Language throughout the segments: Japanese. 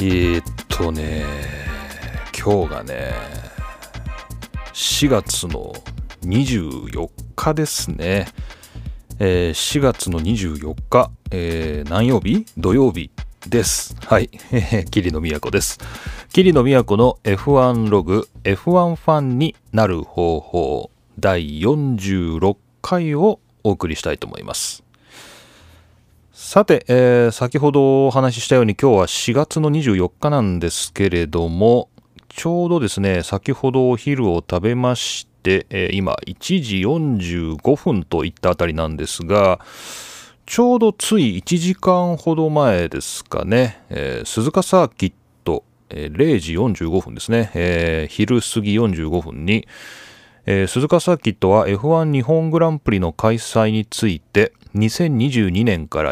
今日がね4月の24日ですね。4月の24日、何曜日？土曜日です。はい、桐野都です。桐野都の F1 ログ F1 ファンになる方法第46回をお送りしたいと思います。さて、先ほどお話ししたように今日は4月の24日なんですけれども、ちょうどですね、先ほどお昼を食べまして、今1時45分といったあたりなんですが、ちょうどつい1時間ほど前ですかね、鈴鹿サーキット、0時45分ですね、昼過ぎ45分に、鈴鹿サーキットは F1 日本グランプリの開催について2022年から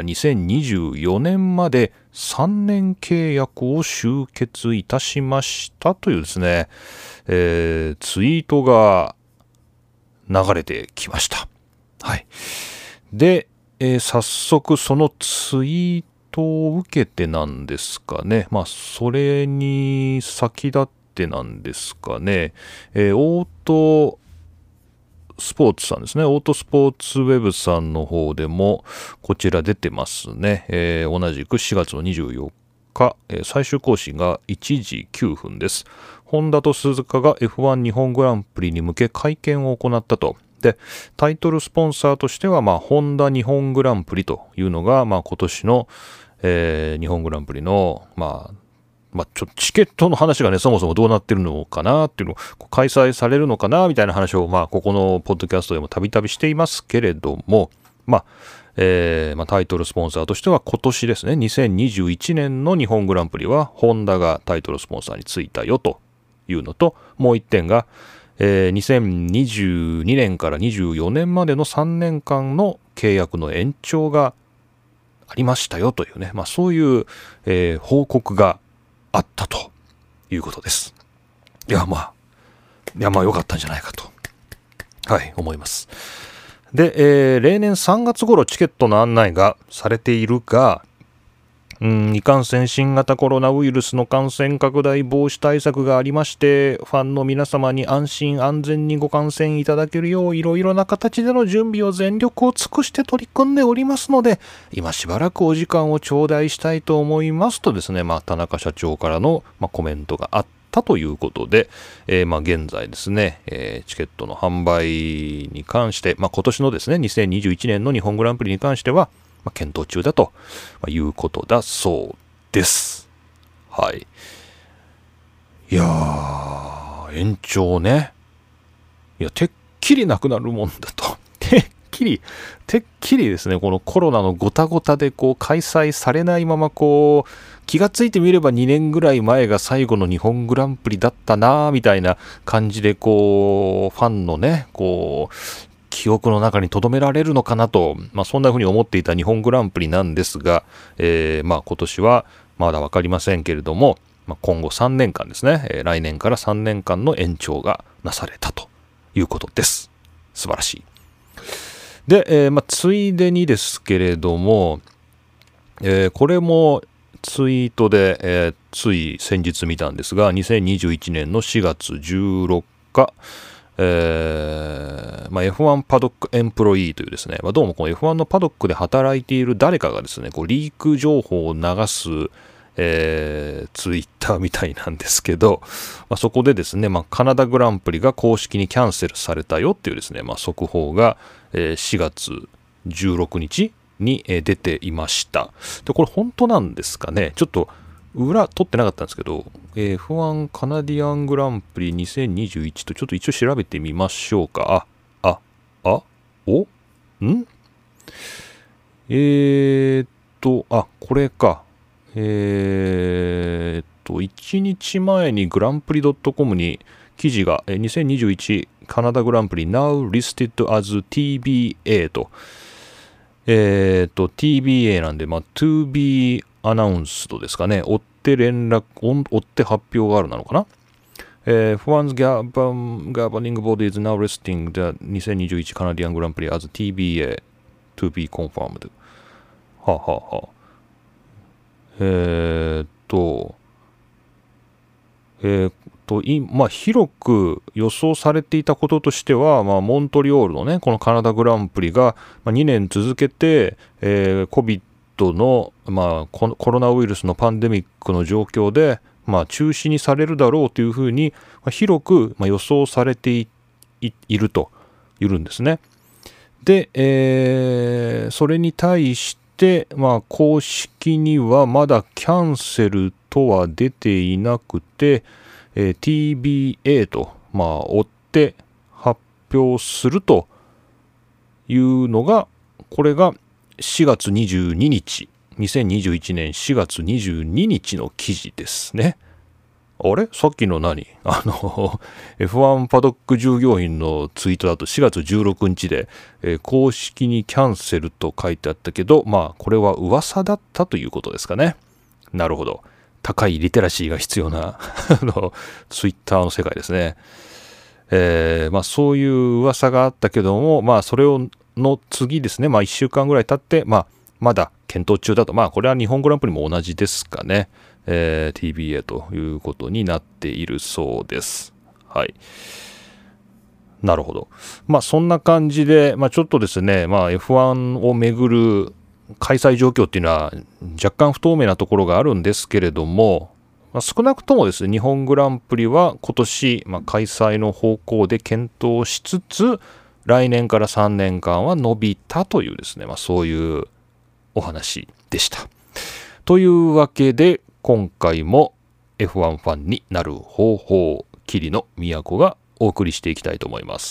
2024年まで3年契約を終結いたしましたというですね、ツイートが流れてきました。はい。で、早速そのツイートを受けてなんですかね、それに先立ってなんですかね、オートスポーツさんですね。オートスポーツウェブさんの方でもこちら出てますね。同じく4月の24日、最終更新が1時9分です。ホンダと鈴鹿が F1 日本グランプリに向け会見を行ったと。で、タイトルスポンサーとしては、ホンダ日本グランプリというのが、今年の、日本グランプリの、ちょっとチケットの話がね、そもそもどうなってるのかなっていうのを、開催されるのかなみたいな話を、ここのポッドキャストでもたびたびしていますけれども、タイトルスポンサーとしては今年ですね、2021年の日本グランプリは、ホンダがタイトルスポンサーについたよというのと、もう一点が、2022年から24年までの3年間の契約の延長がありましたよというね、そういう、報告があったということです。いや、良かったんじゃないかと、思います。で、例年3月頃チケットの案内がされているが、いかんせん新型コロナウイルスの感染拡大防止対策がありまして、ファンの皆様に安心安全にご観戦いただけるよういろいろな形での準備を全力を尽くして取り組んでおりますので、今しばらくお時間を頂戴したいと思いますとですね、田中社長からの、コメントがあったということで、現在ですね、チケットの販売に関して、今年のですね、2021年の日本グランプリに関しては、検討中だということだそうです。はい。いやー、延長ね。いや、てっきりなくなるもんだと。てっきりですね、このコロナのごたごたで開催されないまま気がついてみれば2年ぐらい前が最後の日本グランプリだったなみたいな感じでファンのね、記憶の中に留められるのかなと、そんな風に思っていた日本グランプリなんですが、今年はまだ分かりませんけれども、今後3年間ですね、来年から3年間の延長がなされたということです。素晴らしい。で、ついでにですけれども、これもツイートで、つい先日見たんですが、2021年の4月16日、F1 パドックエンプロイーというですね、どうもこの F1 のパドックで働いている誰かがですね、リーク情報を流す、ツイッターみたいなんですけど、そこでですね、カナダグランプリが公式にキャンセルされたよっていうですね、速報が、4月16日に、出ていました。で、これ本当なんですかね。ちょっと裏取ってなかったんですけど、F1 カナディアングランプリ2021とちょっと一応調べてみましょうか。これか。1日前にグランプリ .com に記事が、2021カナダグランプリ Now listed as TBA と、TBA なんで、to be announced ですかね。追って発表があるなのかな。F1's governing body is now listing the 2021カナディアングランプリ as TBA to be confirmed。 広く予想されていたこととしては、モントリオールのね、このカナダグランプリが2年続けて、COVID の、コロナウイルスのパンデミックの状況で、中止にされるだろうというふうに、広く、予想されているというんですね。で、それに対して、公式にはまだキャンセルとは出ていなくて、TBA と、追って発表するというのが、これが4月22日、2021年4月22日の記事ですね。あれさっきの何F1 パドック従業員のツイートだと4月16日で、公式にキャンセルと書いてあったけど、これは噂だったということですかね。なるほど。高いリテラシーが必要なツイッターの世界ですね。そういう噂があったけども、それの次ですね、1週間ぐらい経って、まだ検討中だと。これは日本グランプリも同じですかね。TBA ということになっているそうです。はい。なるほど。そんな感じで、ちょっとですね、F1 をめぐる開催状況っていうのは若干不透明なところがあるんですけれども、少なくともですね、日本グランプリは今年、開催の方向で検討しつつ、来年から3年間は伸びたというですね、そういうお話でした。というわけで、今回も F1 ファンになる方法、桐野都がお送りしていきたいと思います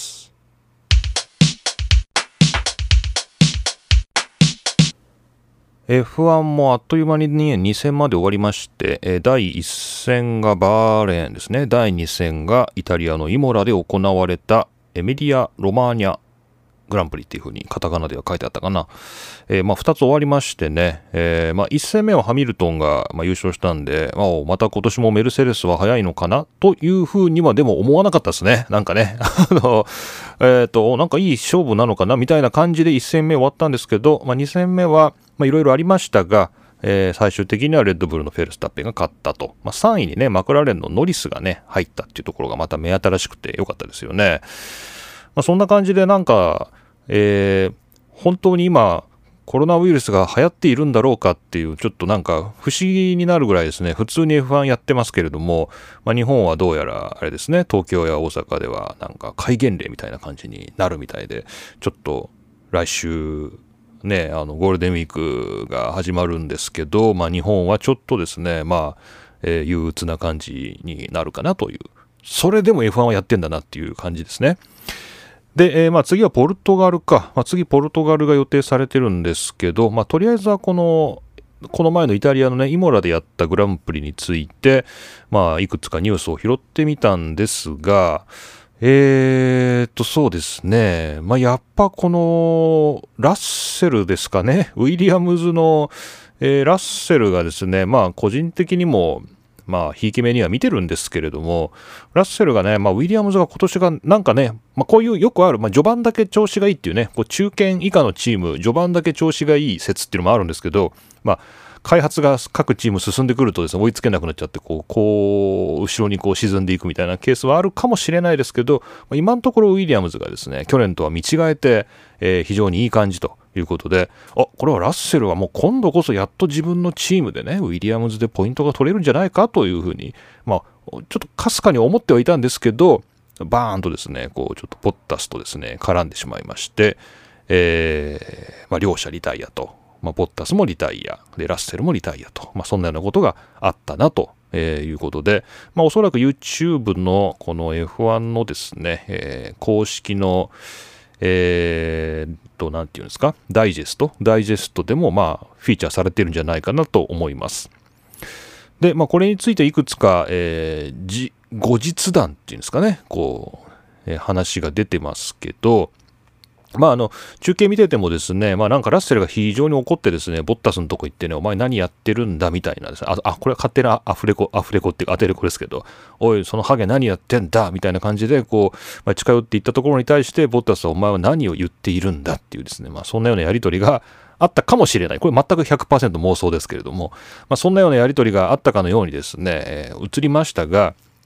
。F1 もあっという間に2戦まで終わりまして、第1戦がバーレーンですね。第2戦がイタリアのイモラで行われたエミリア・ロマーニャグランプリっていう風にカタカナでは書いてあったかな。2つ終わりましてね、1戦目はハミルトンが優勝したんで、また今年もメルセデスは早いのかなという風にはでも思わなかったですね。なんかね、なんかいい勝負なのかなみたいな感じで1戦目終わったんですけど、2戦目はいろいろありましたが、最終的にはレッドブルのフェルスタッペンが勝ったと。3位にね、マクラーレンのノリスがね、入ったっていうところがまた目新しくて良かったですよね。そんな感じでなんか、本当に今コロナウイルスが流行っているんだろうかっていうちょっとなんか不思議になるぐらいですね。普通に F1 やってますけれども、日本はどうやらあれですね、東京や大阪ではなんか戒厳令みたいな感じになるみたいで、ちょっと来週ね、ゴールデンウィークが始まるんですけど、日本はちょっとですね、憂鬱な感じになるかなという。それでも F1 はやってんだなっていう感じですね。で、次はポルトガルか。次ポルトガルが予定されてるんですけど、とりあえずはこの前のイタリアのね、イモラでやったグランプリについて、いくつかニュースを拾ってみたんですが、そうですね。やっぱこの、ラッセルですかね。ウィリアムズの、ラッセルがですね、個人的にも、ひいき目には見てるんですけれども、ラッセルがね、ウィリアムズが今年がなんかね、こういうよくある、序盤だけ調子がいいっていうね、中堅以下のチーム、序盤だけ調子がいい説っていうのもあるんですけど、開発が各チーム進んでくるとですね、追いつけなくなっちゃって、後ろに沈んでいくみたいなケースはあるかもしれないですけど、今のところウィリアムズがですね、去年とは見違えて、非常にいい感じということで、これはラッセルはもう今度こそやっと自分のチームでね、ウィリアムズでポイントが取れるんじゃないかというふうに、ちょっとかすかに思ってはいたんですけど、バーンとですね、ちょっとポッタスとですね、絡んでしまいまして、両者リタイアと。ポッタスもリタイアでラッセルもリタイアと、そんなようなことがあったなということで、おそらく YouTube のこの F1 のですね、公式のなんていうんですか、ダイジェストでもフィーチャーされているんじゃないかなと思います。で、これについていくつか、後日談っていうんですかね、話が出てますけど、中継見ててもですね、なんかラッセルが非常に怒ってですね、ボッタスのとこ行ってね、お前何やってるんだみたいなですね、これは勝手なアフレコっていうか当てレコですけど、おい、そのハゲ何やってんだみたいな感じで、近寄っていったところに対して、ボッタスはお前は何を言っているんだっていうですね、そんなようなやりとりがあったかもしれない。これ全く 100% 妄想ですけれども、そんなようなやりとりがあったかのようにですね、映りましたが、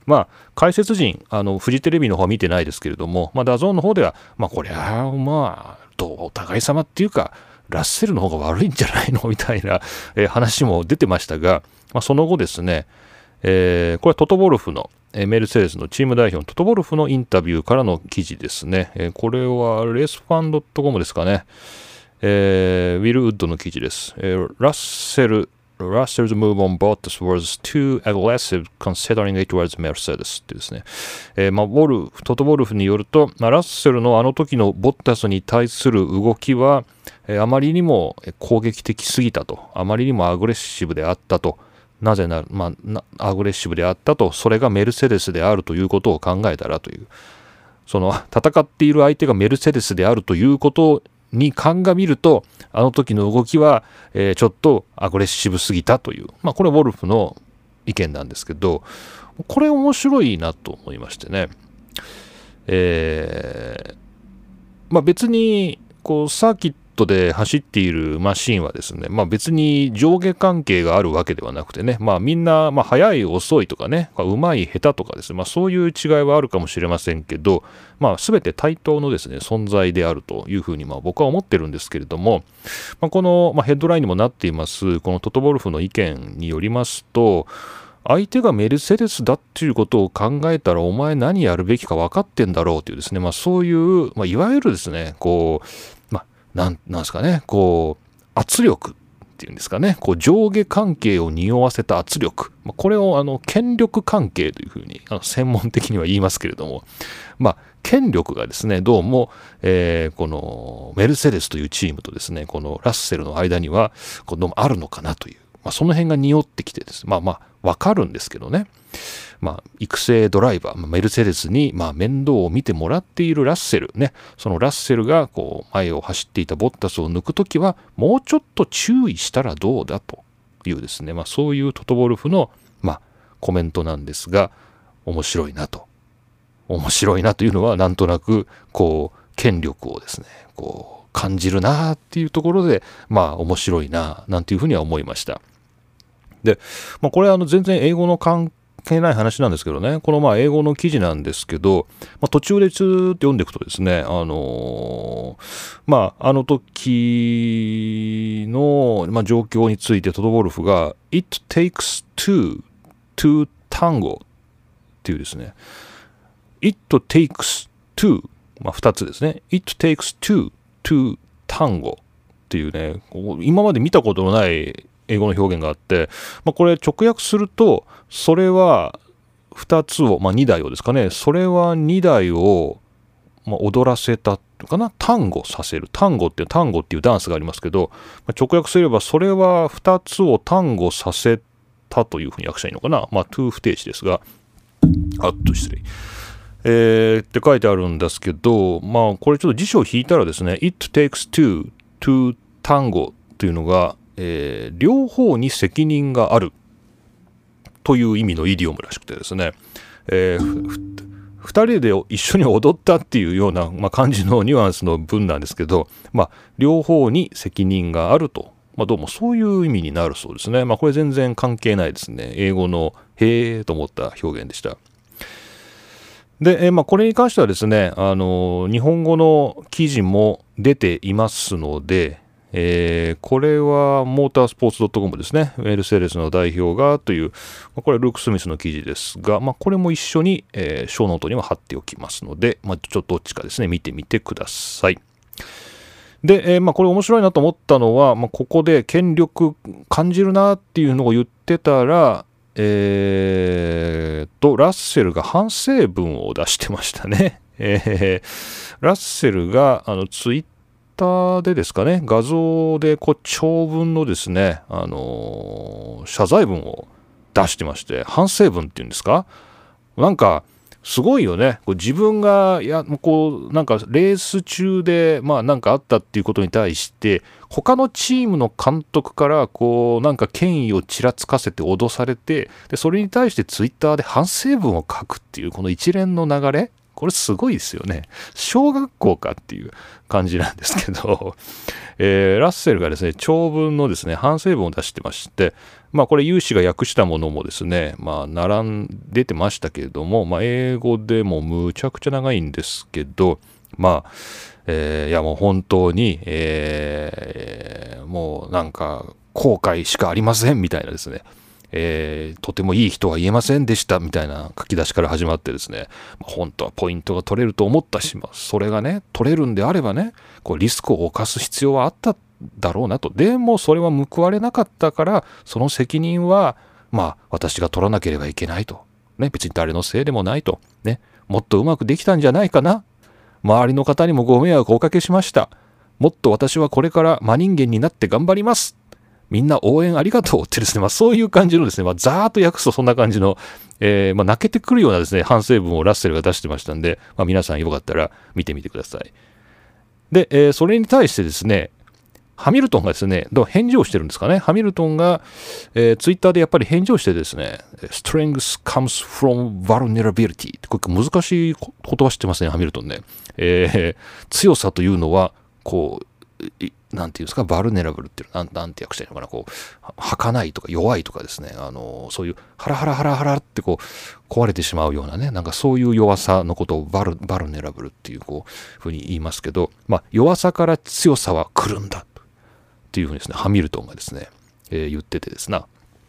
解説陣、フジテレビの方は見てないですけれども、ダゾーンの方では、こりゃお互い様っていうか、ラッセルの方が悪いんじゃないのみたいな、話も出てましたが、その後ですね、これはトトボルフの、メルセデスのチーム代表のトトボルフのインタビューからの記事ですね。これはレースファン .com ですかね。ウィル・ウッドの記事です。Russell's move on Bottas was too aggressive considering it was Mercedes ってですね。トトボルフによると、ラッセルのあの時のボッタスに対する動きは、あまりにも攻撃的すぎたと、あまりにもアグレッシブであったと、なぜなら、アグレッシブであったと、それがメルセデスであるということを考えたらという、その戦っている相手がメルセデスであるということに鑑みると、あの時の動きは、ちょっとアグレッシブすぎたという、これはウォルフの意見なんですけど、これ面白いなと思いましてね。別にこうサーキットで走っているマシンはですね、別に上下関係があるわけではなくてね、みんな、速い遅いとかね、うまい下手とかですね、そういう違いはあるかもしれませんけど、全て対等のですね存在であるというふうに僕は思ってるんですけれども、この、ヘッドラインにもなっていますこのトトボルフの意見によりますと、相手がメルセデスだっていうことを考えたらお前何やるべきか分かってんだろうというですね、そういう、いわゆるですねこうなんですかね、こう圧力っていうんですかね、こう上下関係を匂わせた圧力、これを権力関係というふうに専門的には言いますけれども、権力がですねどうも、このメルセデスというチームとですねこのラッセルの間にはどうもあるのかなという、その辺が匂ってきてですね、わかるんですけどね、育成ドライバー、メルセデスに面倒を見てもらっているラッセルね、そのラッセルがこう前を走っていたボッタスを抜くときはもうちょっと注意したらどうだというですね、そういうトトボルフのコメントなんですが、面白いなというのはなんとなくこう権力をですねこう感じるなっていうところで面白いななんていうふうには思いました。で、これ全然英語の関係ない話なんですけどね、この英語の記事なんですけど、途中でずーっと読んでいくとですね、あの時の、状況についてトトボルフが It takes two to tango っていうですね、It takes two、2つですね、It takes two to tango っていうね、今まで見たことのない英語の表現があって、これ直訳すると、それは2つを、2台をですかね、それは2台を、踊らせたのかな、タンゴさせる、タンゴっていうダンスがありますけど、直訳すればそれは2つをタンゴさせたというふうに訳したらいいのかな、トゥー不定詞ですが、失礼。って書いてあるんですけど、これちょっと辞書を引いたらですね、It takes two to tango というのが、両方に責任があるという意味のイディオムらしくてですね、2人で一緒に踊ったっていうような、感じのニュアンスの文なんですけど、両方に責任があると、どうもそういう意味になるそうですね。これ全然関係ないですね。英語のへーと思った表現でした。で、これに関してはですね、日本語の記事も出ていますので、これはモータースポーツ .com ですね、メルセデスの代表がという、これルーク・スミスの記事ですが、これも一緒に、ショーノートには貼っておきますので、ちょっとどっちかですね見てみてください。で、これ面白いなと思ったのは、ここで権力感じるなっていうのを言ってたら、ラッセルが反省文を出してましたね。ラッセルがツイッターでですかね、画像で長文のですね、謝罪文を出してまして、反省文っていうんですか、なんかすごいよね。自分がなんかレース中でなんかあったっていうことに対して他のチームの監督からなんか権威をちらつかせて脅されて、でそれに対してツイッターで反省文を書くっていうこの一連の流れ、 これすごいですよね。小学校かっていう感じなんですけど、ラッセルがですね、長文のですね、反省文を出してまして、これ有志が訳したものもですね、出てましたけれども、英語でもむちゃくちゃ長いんですけど、いやもう本当に、もうなんか後悔しかありませんみたいなですね、とてもいい人は言えませんでしたみたいな書き出しから始まってですね、本当はポイントが取れると思ったし、それがね取れるんであればね、こうリスクを冒す必要はあっただろうなと。でもそれは報われなかったから、その責任は私が取らなければいけないと、ね、別に誰のせいでもないと、ね、もっとうまくできたんじゃないかな、周りの方にもご迷惑をおかけしました、もっと私はこれから真人間になって頑張ります、みんな応援ありがとうってですね、そういう感じのですね、ざーっと訳すとそんな感じの、泣けてくるようなですね、反省文をラッセルが出してましたんで、皆さんよかったら見てみてください。で、それに対してですね、ハミルトンがですね、返事をしてるんですかね。ハミルトンが、ツイッターでやっぱり返事をしてですね、Strength comes from vulnerability ってこれ難しい言葉知ってますね、ハミルトンね。強さというのは、こう、なんていうんですか、バルネラブルっていうのなんて訳したらいいのかな、こう、儚いとか弱いとかですね、そういうハラハラハラハラってこう、壊れてしまうようなね、なんかそういう弱さのことをバルネラブルっていうふうに言いますけど、弱さから強さは来るんだっていうふうにですね、ハミルトンがですね、言っててですな、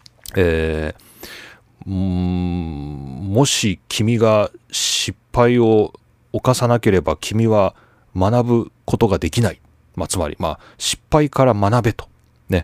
もし君が失敗を犯さなければ君は学ぶことができない。つまり、失敗から学べと。ね。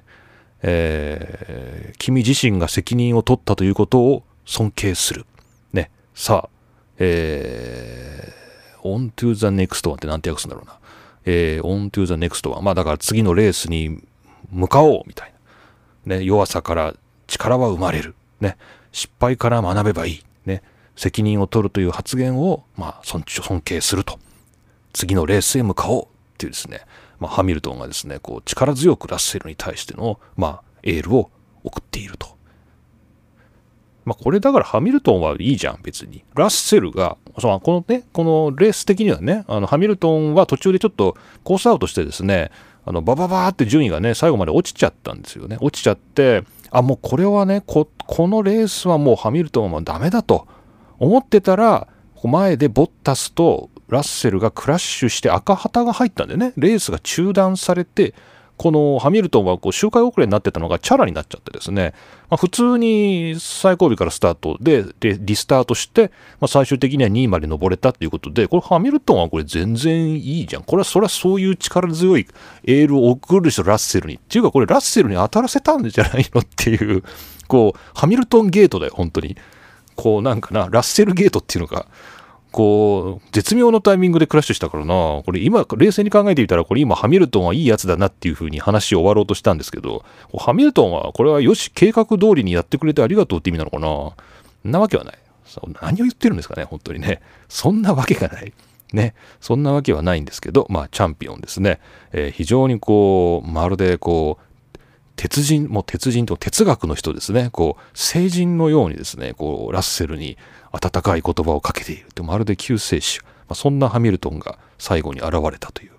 君自身が責任を取ったということを尊敬する。ね。さあ、on to the next one ってなんて訳すんだろうな。on to the next one。だから次のレースに向かおうみたいな。ね。弱さから力は生まれる。ね。失敗から学べばいい。ね。責任を取るという発言を、尊敬すると。次のレースへ向かおうっていうですね。ハミルトンがですね、こう力強くラッセルに対しての、エールを送っていると。これだからハミルトンはいいじゃん、別に。ラッセルが、このレース的にはね、ハミルトンは途中でちょっとコースアウトしてですね、ババーって順位がね、最後まで落ちちゃったんですよね。落ちちゃって、もうこれはね、このレースはもうハミルトンはダメだと思ってたら、前でボッタスとラッセルがクラッシュして赤旗が入ったんでね、レースが中断されて、このハミルトンは周回遅れになってたのがチャラになっちゃってですね、普通に最後尾からスタートでリスタートして、最終的には2位まで登れたっていうことで、これハミルトンはこれ全然いいじゃん。これはそれはそういう力強いエールを送るでしょ、ラッセルに。っていうかこれラッセルに当たらせたんじゃないのっていう、ハミルトンゲートだよ、本当に。なんかな、ラッセルゲートっていうのか。絶妙のタイミングでクラッシュしたからな。これ今、冷静に考えてみたら、これ今、ハミルトンはいいやつだなっていう風に話を終わろうとしたんですけど、ハミルトンは、これはよし、計画通りにやってくれてありがとうって意味なのかな。そんなわけはない。何を言ってるんですかね、本当にね。そんなわけがない。ね。そんなわけはないんですけど、チャンピオンですね。非常にまるで鉄人と哲学の人ですね。聖人のようにですね、ラッセルに温かい言葉をかけている。まるで救世主。そんなハミルトンが最後に現れたという、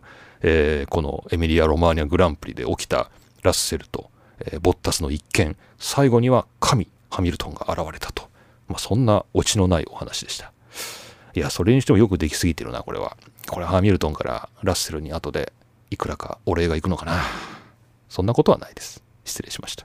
このエミリア・ロマーニャグランプリで起きたラッセルと、ボッタスの一件、最後には神、ハミルトンが現れたと。そんなオチのないお話でした。いや、それにしてもよくできすぎてるな、これは。これハミルトンからラッセルに後でいくらかお礼が行くのかな。そんなことはないです。失礼しました。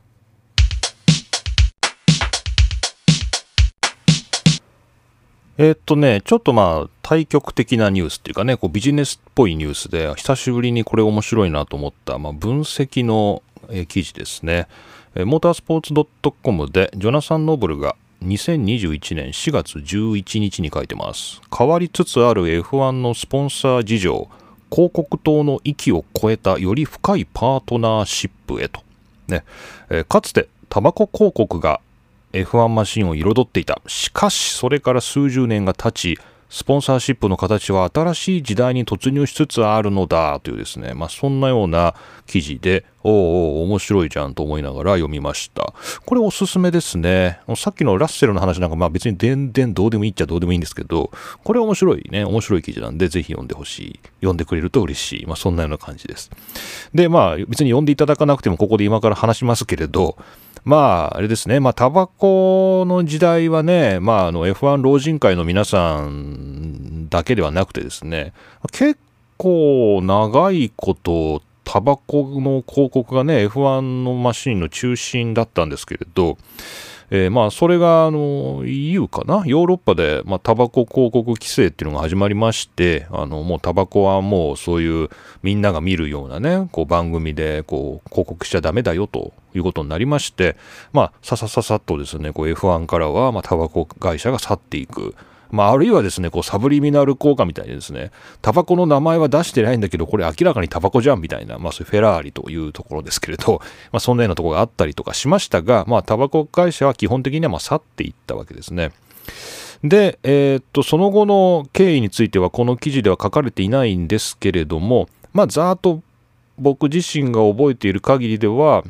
ちょっと対極的なニュースっていうかね、ビジネスっぽいニュースで、久しぶりにこれ面白いなと思った、分析の記事ですね。モータースポーツ .com で、ジョナサン・ノブルが2021年4月11日に書いてます。変わりつつある F1 のスポンサー事情、広告塔の域を超えたより深いパートナーシップへと。ね、かつてタバコ広告が F1 マシンを彩っていた。しかしそれから数十年が経ち、 スポンサーシップの形は新しい時代に突入しつつあるのだというですね、そんなような記事で、面白いじゃんと思いながら読みました。これおすすめですね。さっきのラッセルの話なんか別に全然どうでもいいっちゃどうでもいいんですけど、これ面白い記事なんで、ぜひ読んでほしい。読んでくれると嬉しい。そんなような感じです。で、別に読んでいただかなくてもここで今から話しますけれど、あれですね、タバコの時代はね、F1 老人会の皆さんだけではなくてですね、結構長いことタバコの広告がね F1 のマシンの中心だったんですけれど、それがEU かな、ヨーロッパで、タバコ広告規制っていうのが始まりまして、もうタバコはもうそういうみんなが見るようなね、こう番組でこう広告しちゃダメだよということになりまして、さっとですね、こう F1 からはタバコ会社が去っていく。あるいはですね、こうサブリミナル効果みたいにですね、タバコの名前は出してないんだけど、これ明らかにタバコじゃんみたいな、そういうフェラーリというところですけれど、そんなようなところがあったりとかしましたが、タバコ会社は基本的には去っていったわけですね。で、その後の経緯についてはこの記事では書かれていないんですけれども、ざーっと僕自身が覚えている限りでは、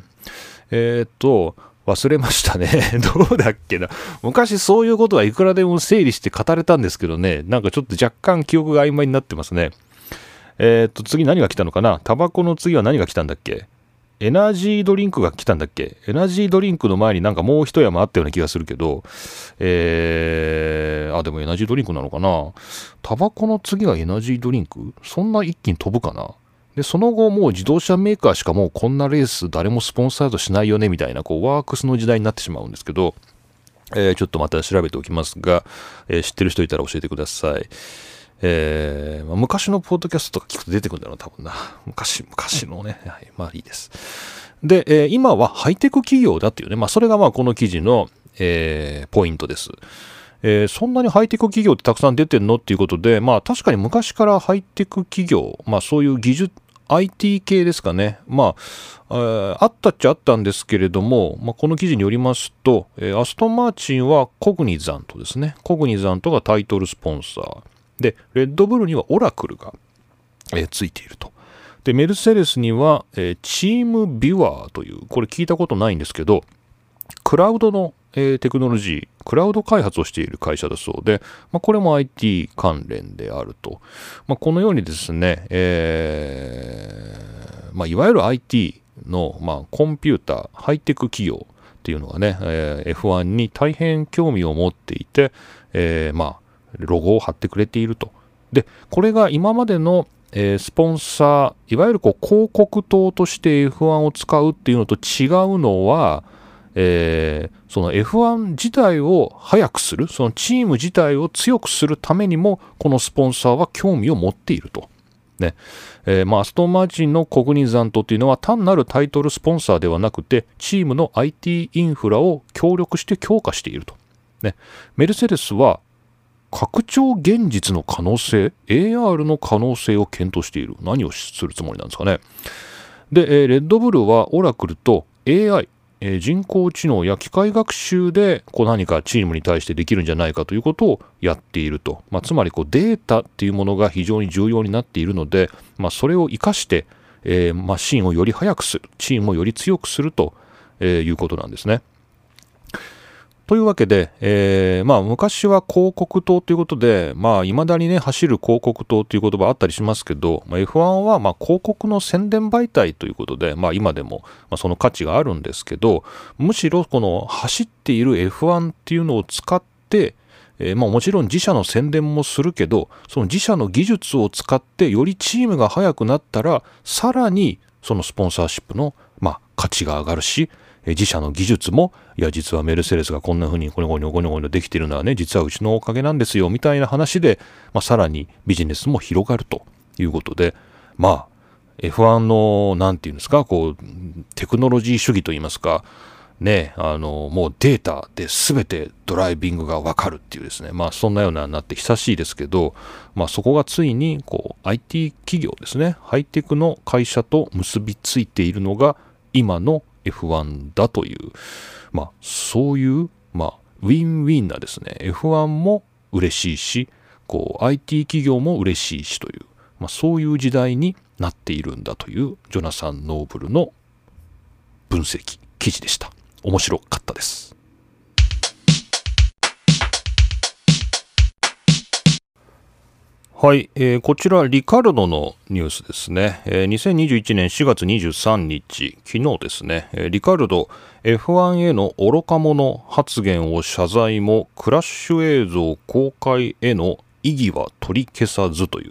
忘れましたね。どうだっけな。昔そういうことはいくらでも整理して語れたんですけどね、なんかちょっと若干記憶が曖昧になってますね。次何が来たのかな。タバコの次は何が来たんだっけ。エナジードリンクが来たんだっけ。エナジードリンクの前になんかもう一山あったような気がするけど、でもエナジードリンクなのかな。タバコの次がエナジードリンク、そんな一気に飛ぶかな。で、その後もう自動車メーカーしかもうこんなレース誰もスポンサードしないよねみたいなこうワークスの時代になってしまうんですけど、ちょっとまた調べておきますが、知ってる人いたら教えてください。昔のポッドキャストとか聞くと出てくるんだろうな、多分な。昔のね、はい、いいです。で、今はハイテク企業だっていうね、それがこの記事の、ポイントです。そんなにハイテク企業ってたくさん出てんのっていうことで、確かに昔からハイテク企業、そういう技術、IT 系ですかね。あったっちゃあったんですけれども、この記事によりますと、アストンマーチンはコグニザントですね。コグニザントがタイトルスポンサー。で、レッドブルにはオラクルが、ついていると。で、メルセデスには、チームビュアーという、これ聞いたことないんですけど、クラウドの、テクノロジー、クラウド開発をしている会社だそうで、これも IT 関連であると。このようにですね、いわゆる IT の、コンピューター、ハイテク企業っていうのがね、F1 に大変興味を持っていて、ロゴを貼ってくれていると。で、これが今までのスポンサー、いわゆるこう広告塔として F1 を使うっていうのと違うのは、その F1 自体を速くする、そのチーム自体を強くするためにも、このスポンサーは興味を持っていると。ね。アストンマーチンのコグニザントっていうのは単なるタイトルスポンサーではなくて、チームの IT インフラを協力して強化していると。ね。メルセデスは、拡張現実の可能性、AR の可能性を検討している。何をするつもりなんですかね。で、レッドブルはオラクルと AI、人工知能や機械学習でこう何かチームに対してできるんじゃないかということをやっていると。つまりこうデータっていうものが非常に重要になっているので、それを生かして、マシンをより速くする、チームをより強くするということなんですね。というわけで、昔は広告塔ということで、未だにね、走る広告塔という言葉あったりしますけど、F1 は広告の宣伝媒体ということで、今でもその価値があるんですけど、むしろこの走っている F1 っていうのを使って、もちろん自社の宣伝もするけど、その自社の技術を使ってよりチームが速くなったら、さらにそのスポンサーシップの、価値が上がるし、自社の技術も、いや実はメルセデスがこんな風にゴニョゴニョできているのはね、実はうちのおかげなんですよみたいな話で、さらにビジネスも広がるということで、F1 のなんていうんですか、こうテクノロジー主義といいますかね、もうデータで全てドライビングが分かるっていうですね、そんなようななって久しいですけど、そこがついにこう IT 企業ですね、ハイテクの会社と結びついているのが今のF1 だという、そういう、ウィンウィンなですね、F1 も嬉しいし、 こう IT 企業も嬉しいしという、そういう時代になっているんだというジョナサン・ノーブルの分析記事でした。面白かったです。はい、こちらリカルドのニュースですね。2021年4月23日、昨日ですね、リカルド F1 への愚か者発言を謝罪もクラッシュ映像公開への異議は取り消さずという、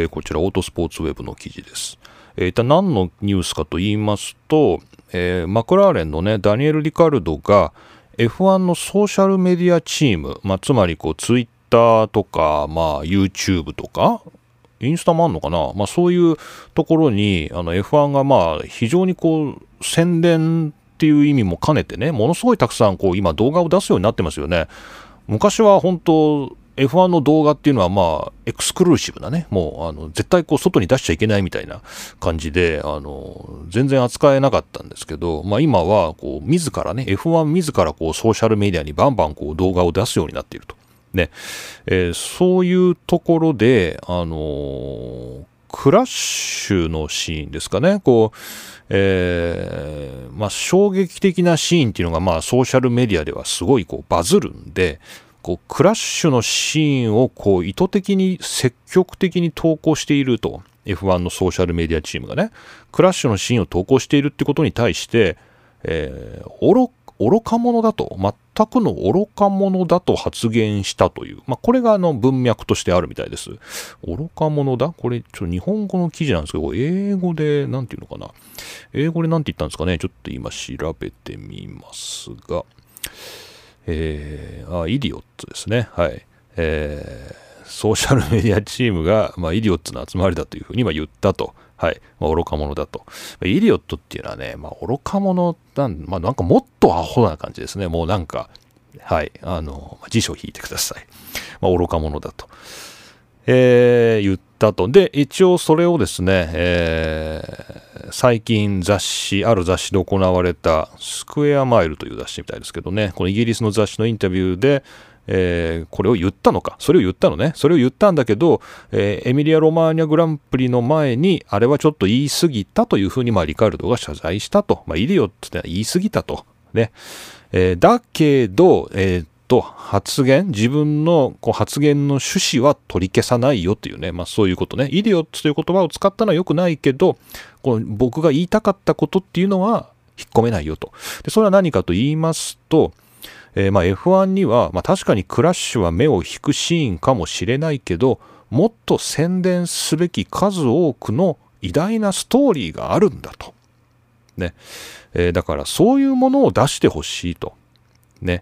こちらオートスポーツウェブの記事です。一体何のニュースかと言いますと、マクラーレンのねダニエル・リカルドが F1 のソーシャルメディアチーム、つまりこうツイッターとか、YouTube とかインスタもあんのかな、そういうところにF1 が非常にこう宣伝っていう意味も兼ねてね、ものすごいたくさんこう今動画を出すようになってますよね。昔は本当F1 の動画っていうのはエクスクルーシブなね、もう絶対こう外に出しちゃいけないみたいな感じで全然扱えなかったんですけど、今はこう自らね F1 自らこうソーシャルメディアにバンバンこう動画を出すようになっているとね、そういうところでクラッシュのシーンですかね、こう衝撃的なシーンっていうのがソーシャルメディアではすごいこうバズるんで、こうクラッシュのシーンをこう意図的に積極的に投稿していると F1 のソーシャルメディアチームがねクラッシュのシーンを投稿しているってことに対して、愚か者だと、全くの愚か者だと発言したという、これが文脈としてあるみたいです。愚か者だ、これちょっと日本語の記事なんですけど、英語でなんていうのかな、英語でなんて言ったんですかね、ちょっと今調べてみますが、イディオッツですね。はい。ソーシャルメディアチームが、イディオッツの集まりだというふうに言ったと。はい。愚か者だと。イディオットっていうのはね、愚か者なんかもっとアホな感じですね。もうなんか、はい。辞書を引いてください。愚か者だと。言ったと。で、一応それをですね、最近ある雑誌で行われたスクエアマイルという雑誌みたいですけどね、このイギリスの雑誌のインタビューで、これを言ったのか、それを言ったのね、それを言ったんだけど、エミリア・ロマーニャグランプリの前にあれはちょっと言い過ぎたというふうにリカルドが謝罪したと、イディオって言い過ぎたとね、だけど自分のこう発言の趣旨は取り消さないよというね、そういうことね。イディオッツという言葉を使ったのは良くないけど、この僕が言いたかったことっていうのは引っ込めないよと。でそれは何かと言いますと、F1 には、確かにクラッシュは目を引くシーンかもしれないけど、もっと宣伝すべき数多くの偉大なストーリーがあるんだと。ね。だからそういうものを出してほしいと。ね。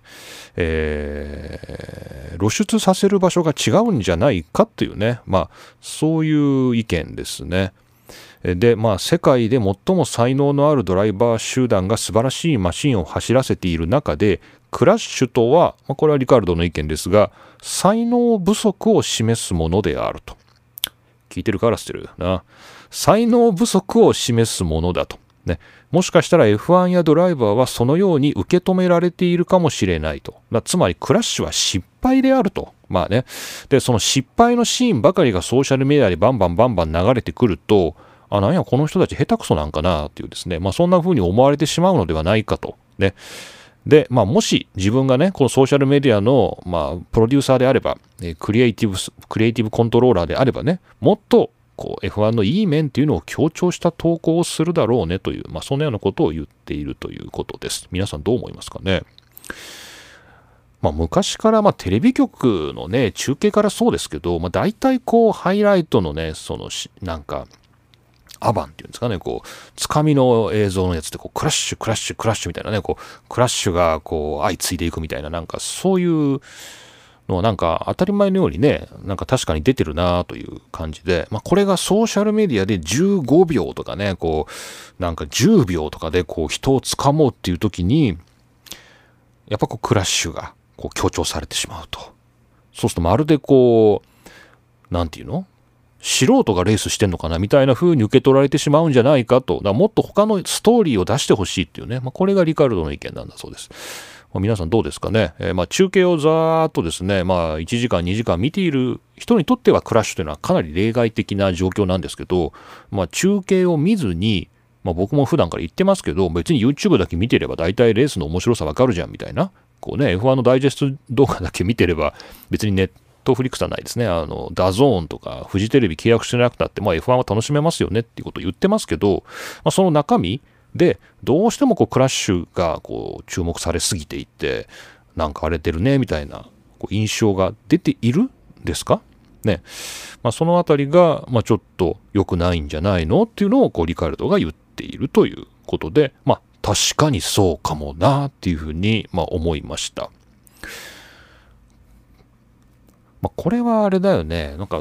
露出させる場所が違うんじゃないかというね、そういう意見ですね。で、世界で最も才能のあるドライバー集団が素晴らしいマシンを走らせている中で、クラッシュとは、これはリカルドの意見ですが、才能不足を示すものであると。聞いてるからしてるな。才能不足を示すものだと。ね、もしかしたら F1 やドライバーはそのように受け止められているかもしれないと。つまりクラッシュは失敗であると。で、その失敗のシーンばかりがソーシャルメディアでバンバン流れてくると、なんやこの人たち下手くそなんかなっていうですね、そんな風に思われてしまうのではないかと。ね。で、もし自分がね、このソーシャルメディアの、プロデューサーであれば、クリエイティブコントローラーであればね、もっとこう F1 のいい面っていうのを強調した投稿をするだろうねという、そのようなことを言っているということです。皆さんどう思いますかね。昔からテレビ局のね、中継からそうですけど、大体こうハイライトのね、なんか、アバンっていうんですかね、こう、つかみの映像のやつで、こう、クラッシュみたいなね、こう、クラッシュがこう、相次いでいくみたいな、なんかそういうのはなんか当たり前のようにね、なんか確かに出てるなという感じで、これがソーシャルメディアで15秒とかね、こう、なんか10秒とかでこう、人をつかもうっていう時に、やっぱこう、クラッシュがこう強調されてしまうと。そうするとまるでこう、なんていうの？素人がレースしてんのかなみたいな風に受け取られてしまうんじゃないかと。もっと他のストーリーを出してほしいっていうね。これがリカルドの意見なんだそうです。 皆さんどうですかね。中継をざーっとですね、1時間2時間見ている人にとってはクラッシュというのはかなり例外的な状況なんですけど、中継を見ずに、僕も普段から言ってますけど、別に YouTube だけ見てれば大体レースの面白さわかるじゃんみたいな、F1 のダイジェスト動画だけ見てれば別にネットフリックスはないですね。ダゾーンとかフジテレビ契約してなくたって、F1 は楽しめますよねっていうことを言ってますけど、その中身でどうしてもクラッシュが注目されすぎていて、なんか荒れてるねみたいな印象が出ているんですかね。そのあたりがちょっと良くないんじゃないのっていうのをリカルドが言っているということで、確かにそうかもなっていうふうに思いました。これはあれだよね。なんか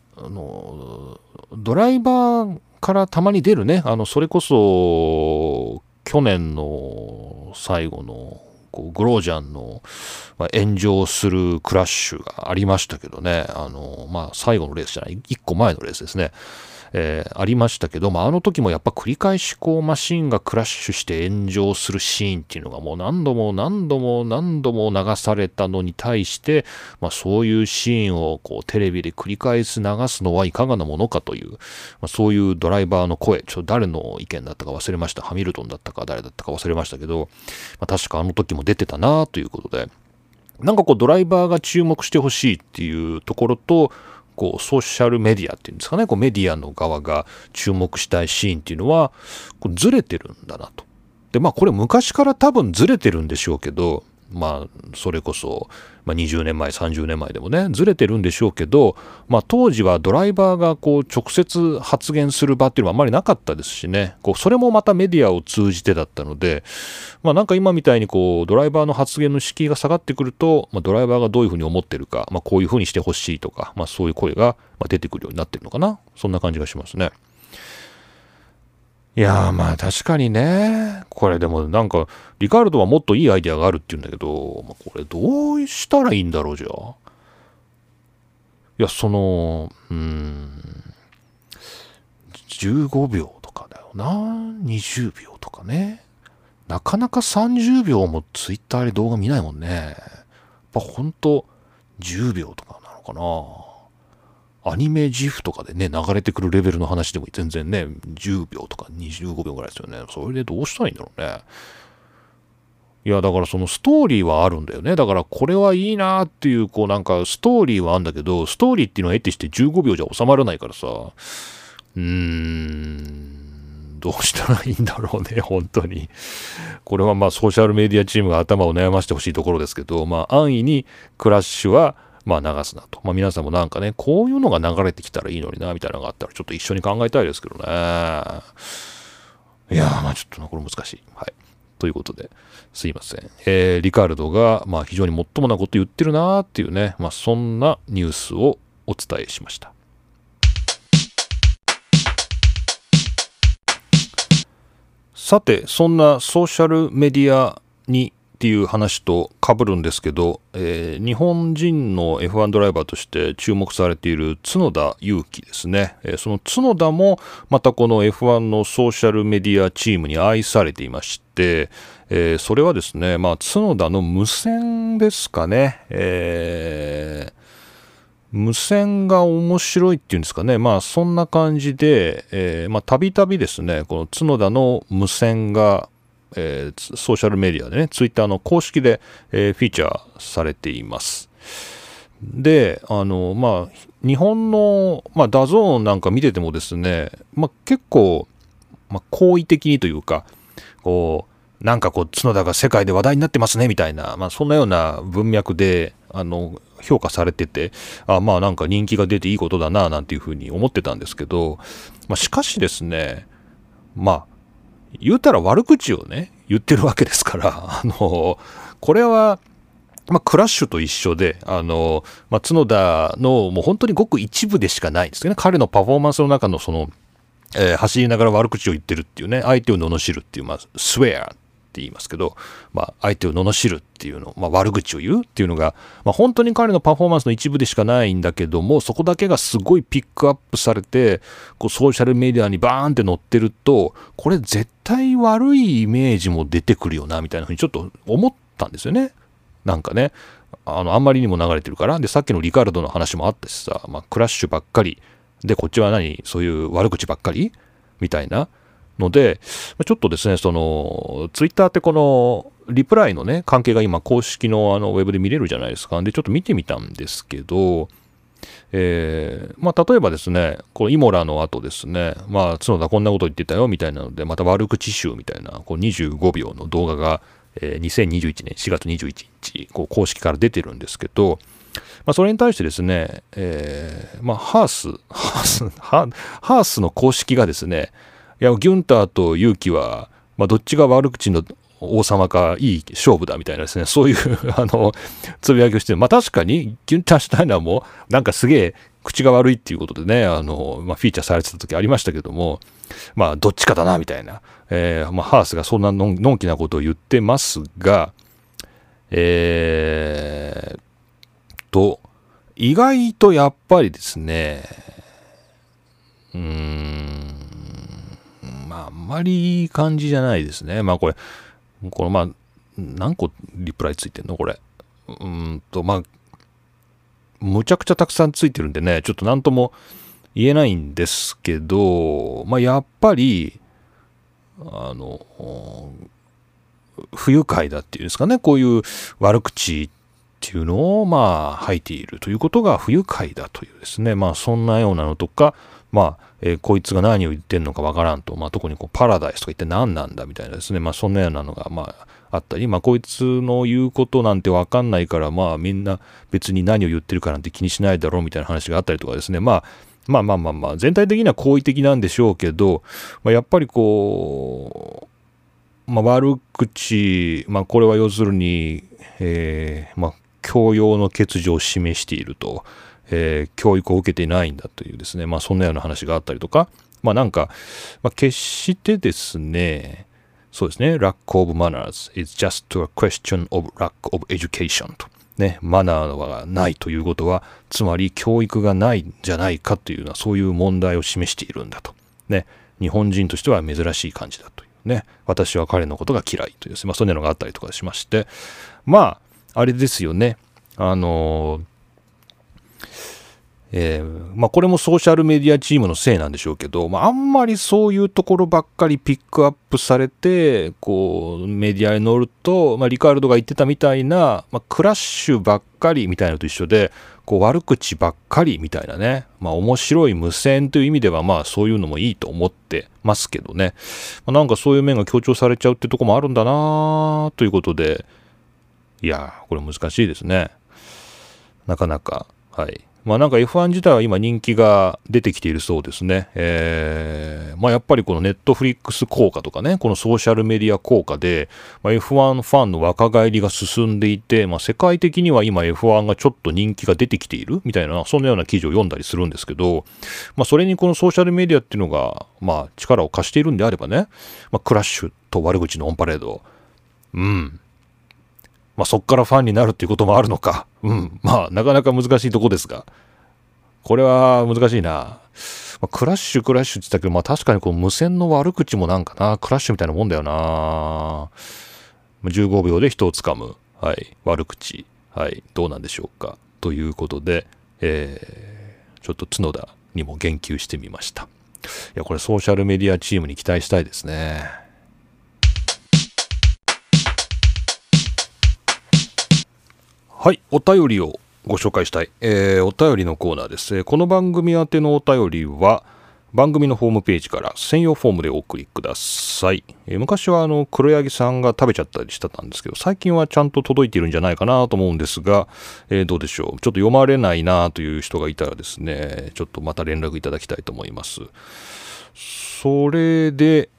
ドライバーからたまに出るね、それこそ去年の最後のグロージャンの炎上するクラッシュがありましたけどね、最後のレースじゃない、1個前のレースですね、ありましたけど、あの時もやっぱ繰り返しマシンがクラッシュして炎上するシーンっていうのがもう何度も流されたのに対して、そういうシーンをテレビで繰り返し流すのはいかがなものかという、そういうドライバーの声、誰の意見だったか忘れました。ハミルトンだったか誰だったか忘れましたけど、確かあの時も出てたなということで、なんかドライバーが注目してほしいっていうところと、ソーシャルメディアっていうんですかね、メディアの側が注目したいシーンっていうのはずれてるんだなと。でこれ昔から多分ずれてるんでしょうけど、それこそ、20年前30年前でもねずれてるんでしょうけど、当時はドライバーが直接発言する場っていうのはあまりなかったですしね、それもまたメディアを通じてだったので、なんか今みたいにドライバーの発言の敷居が下がってくると、ドライバーがどういうふうに思ってるか、こういうふうにしてほしいとか、そういう声が出てくるようになってるのかな、そんな感じがしますね。いやー確かにね、これでもなんかリカルドはもっといいアイデアがあるって言うんだけど、これどうしたらいいんだろうじゃあ。いや15秒とかだよな、20秒とかね、なかなか30秒もツイッターで動画見ないもんね。やっぱほんと10秒とかなのかな。アニメジフとかでね流れてくるレベルの話でも全然ね10秒とか25秒ぐらいですよね。それでどうしたらいいんだろうね。いやだからそのストーリーはあるんだよね。だからこれはいいなっていうなんかストーリーはあるんだけど、ストーリーっていうのは得てして15秒じゃ収まらないからさ、どうしたらいいんだろうね本当に。これはソーシャルメディアチームが頭を悩ませてほしいところですけど、安易にクラッシュは流すなと。皆さんもなんかね、こういうのが流れてきたらいいのにな、みたいなのがあったら、ちょっと一緒に考えたいですけどね。いやちょっとこれ難しい。はい。ということで、すいません。リカルドが、非常にもっともなこと言ってるなっていうね、そんなニュースをお伝えしました。さて、そんなソーシャルメディアにっていう話と被るんですけど、日本人の F1 ドライバーとして注目されている角田裕樹ですね。その角田もまたこの F1 のソーシャルメディアチームに愛されていまして、それはですね、角田の無線ですかね。無線が面白いっていうんですかね。そんな感じで、たびたびですね、この角田の無線がソーシャルメディアでね、ツイッターの公式で、フィーチャーされています。で、日本の、ダゾーンなんか見ててもですね、結構、好意的にというか、なんか角田が世界で話題になってますねみたいな、そんなような文脈で評価されてて、なんか人気が出ていいことだななんていうふうに思ってたんですけど、しかしですね、言うたら悪口をね言ってるわけですから、これはクラッシュと一緒で、角田のもう本当にごく一部でしかないんですよね。彼のパフォーマンスの中の走りながら悪口を言ってるっていうね、相手を罵るっていう、swear って言いますけど、相手を罵るっていうの、悪口を言うっていうのが、本当に彼のパフォーマンスの一部でしかないんだけども、そこだけがすごいピックアップされて、ソーシャルメディアにバーンって載ってると、これ絶対悪いイメージも出てくるよなみたいなふうにちょっと思ったんですよね。なんかね、あんまりにも流れてるから。で、さっきのリカルドの話もあったしさ、クラッシュばっかりで、こっちはそういう悪口ばっかりみたいなので、ちょっとですね、ツイッターってこのリプライのね、関係が今公式のウェブで見れるじゃないですか。で、ちょっと見てみたんですけど、例えばですね、このイモラの後ですね、角田こんなこと言ってたよみたいなので、また悪口集みたいなこう25秒の動画が、2021年4月21日こう公式から出てるんですけど、それに対してですね、ハースの公式がですね、いやギュンターとユウキは、どっちが悪口の王様かいい勝負だみたいなですね、そういうつぶやきをして、確かにギュンター・シュタイナーもなんかすげえ口が悪いっていうことでね、フィーチャーされてた時ありましたけども、どっちかだなみたいな、ハースがそんなのんきなことを言ってますが、意外とやっぱりですね、あんまりいい感じじゃないですね。この何個リプライついてんのこれ。むちゃくちゃたくさんついてるんでね、ちょっと何とも言えないんですけど、やっぱり、不愉快だっていうんですかね、こういう悪口っていうのを吐いているということが不愉快だというですね、そんなようなのとか、こいつが何を言ってんのかわからんと、特にパラダイスとか言って何なんだみたいなですね、そんなようなのがあったり、こいつの言うことなんてわかんないから、みんな別に何を言ってるかなんて気にしないだろうみたいな話があったりとかですね、全体的には好意的なんでしょうけど、やっぱりこう、悪口、これは要するに、教養の欠如を示していると。教育を受けていないんだというですね、そんなような話があったりとか、決してですね、そうですね、lack of manners is just a question of lack of education と。ね、マナーがないということは、つまり教育がないんじゃないかというような、そういう問題を示しているんだと。ね、日本人としては珍しい感じだというね、私は彼のことが嫌いというですね、そんなのがあったりとかしまして、あれですよね、これもソーシャルメディアチームのせいなんでしょうけど、あんまりそういうところばっかりピックアップされてこうメディアに載ると、リカルドが言ってたみたいな、クラッシュばっかりみたいなのと一緒で、こう悪口ばっかりみたいなね、面白い無線という意味ではそういうのもいいと思ってますけどね、なんかそういう面が強調されちゃうってとこもあるんだなということで、いやこれ難しいですね、なかなか。はい、なんか F1 自体は今人気が出てきているそうですね。やっぱりこのネットフリックス効果とかね、このソーシャルメディア効果で、F1 ファンの若返りが進んでいて、世界的には今 F1 がちょっと人気が出てきているみたいな、そんなような記事を読んだりするんですけど、それにこのソーシャルメディアっていうのが、力を貸しているんであればね、クラッシュと悪口のオンパレード、そっからファンになるっていうこともあるのか。なかなか難しいとこですが。これは難しいな。クラッシュって言ったけど、確かにこう無線の悪口もなんかな、クラッシュみたいなもんだよな。15秒で人をつかむ。はい。悪口。はい。どうなんでしょうか。ということで、ちょっと角田にも言及してみました。いや、これソーシャルメディアチームに期待したいですね。はい、お便りをご紹介したい、お便りのコーナーです。この番組宛てのお便りは番組のホームページから専用フォームでお送りください。昔は黒柳さんが食べちゃったりしてたんですけど、最近はちゃんと届いているんじゃないかなと思うんですが、どうでしょう。ちょっと読まれないなという人がいたらですね、ちょっとまた連絡いただきたいと思います。それで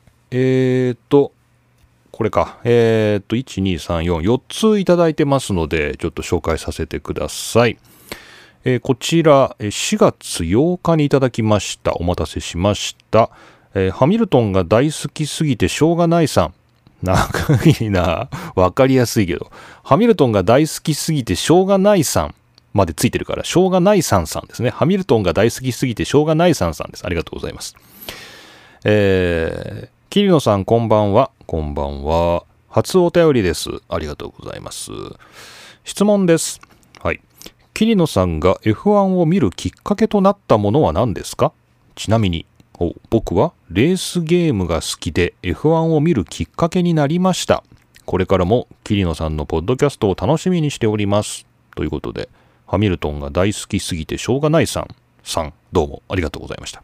これか。1、2、3、4、4ついただいてますので、ちょっと紹介させてください。こちら、4月8日にいただきました。お待たせしました。ハミルトンが大好きすぎてしょうがないさん。長いな。わかりやすいけど。ハミルトンが大好きすぎてしょうがないさんまでついてるから、しょうがないさんさんですね。ハミルトンが大好きすぎてしょうがないさんさんです。ありがとうございます。桐野さんこんばんは。こんばんは。 初お便りです。ありがとうございます。質問です。はい。桐野さんが F1 を見るきっかけとなったものは何ですか？ちなみに、僕はレースゲームが好きで F1 を見るきっかけになりました。これからも桐野さんのポッドキャストを楽しみにしております。ということで、ハミルトンが大好きすぎてしょうがないさん、どうもありがとうございました。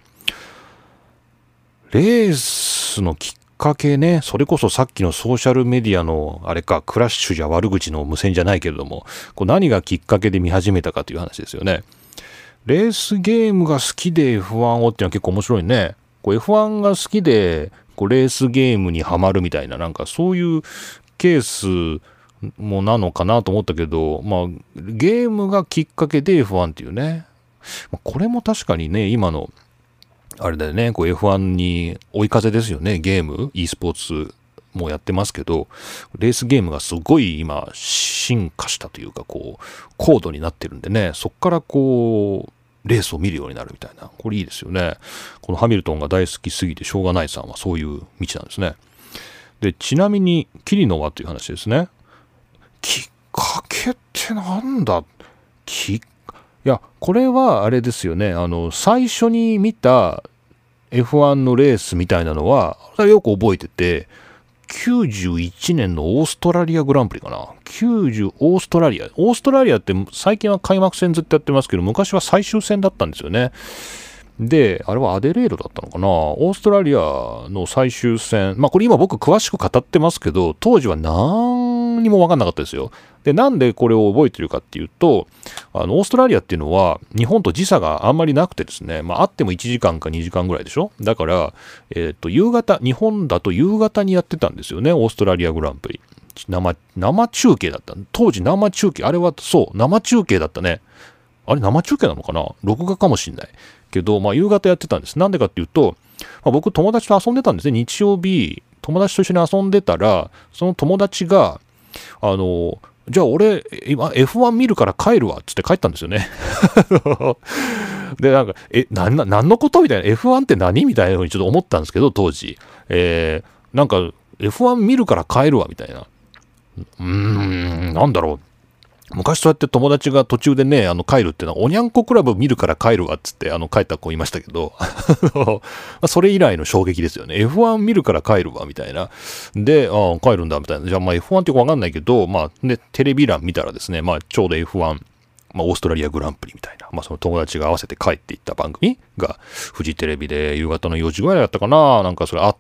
レースのきっかけね、それこそさっきのソーシャルメディアのあれか、クラッシュじゃ悪口の無線じゃないけれども、何がきっかけで見始めたかという話ですよね。レースゲームが好きで F1 をっていうのは結構面白いね。F1 が好きでレースゲームにはまるみたいな、なんかそういうケースもなのかなと思ったけど、ゲームがきっかけで F1 っていうね。これも確かにね、今のあれだよね、F1 に追い風ですよね。ゲーム e スポーツもやってますけど、レースゲームがすごい今進化したというか、高度になってるんでね、そっからレースを見るようになるみたいな、これいいですよね。このハミルトンが大好きすぎてしょうがないさんはそういう道なんですね。で、ちなみに桐野はという話ですね。きっかけってなんだ？いや、これはあれですよね。最初に見た F1 のレースみたいなのはよく覚えてて、91年のオーストラリアグランプリかな。オーストラリアって最近は開幕戦ずっとやってますけど、昔は最終戦だったんですよね。で、あれはアデレードだったのかな。オーストラリアの最終戦、これ今僕詳しく語ってますけど、当時は何にも分かんなかったですよ。で、なんでこれを覚えてるかっていうと、オーストラリアっていうのは日本と時差があんまりなくてですね、あっても1時間か2時間ぐらいでしょ。だから、夕方、日本だと夕方にやってたんですよね、オーストラリアグランプリ。生中継だった。当時生中継、あれはそう、生中継だったね。あれ生中継なのかな、録画かもしんない。けど、夕方やってたんです。なんでかっていうと、僕友達と遊んでたんですね。日曜日、友達と一緒に遊んでたら、その友達が、じゃあ俺、今 F1 見るから帰るわっつって帰ったんですよね。で、なんか、何のことみたいな。F1 って何みたいなふうにちょっと思ったんですけど、当時。なんか、F1 見るから帰るわみたいな。なんだろう。昔そうやって友達が途中でね、帰るっていうのは、おにゃんこクラブ見るから帰るわっつって、帰った子いましたけど、それ以来の衝撃ですよね。F1 見るから帰るわ、みたいな。で、帰るんだ、みたいな。じゃあ、F1 ってよくわかんないけど、で、テレビ欄見たらですね、ちょうど F1、オーストラリアグランプリみたいな、その友達が合わせて帰っていった番組が、フジテレビで夕方の4時ぐらいだったかな、なんかそれあって、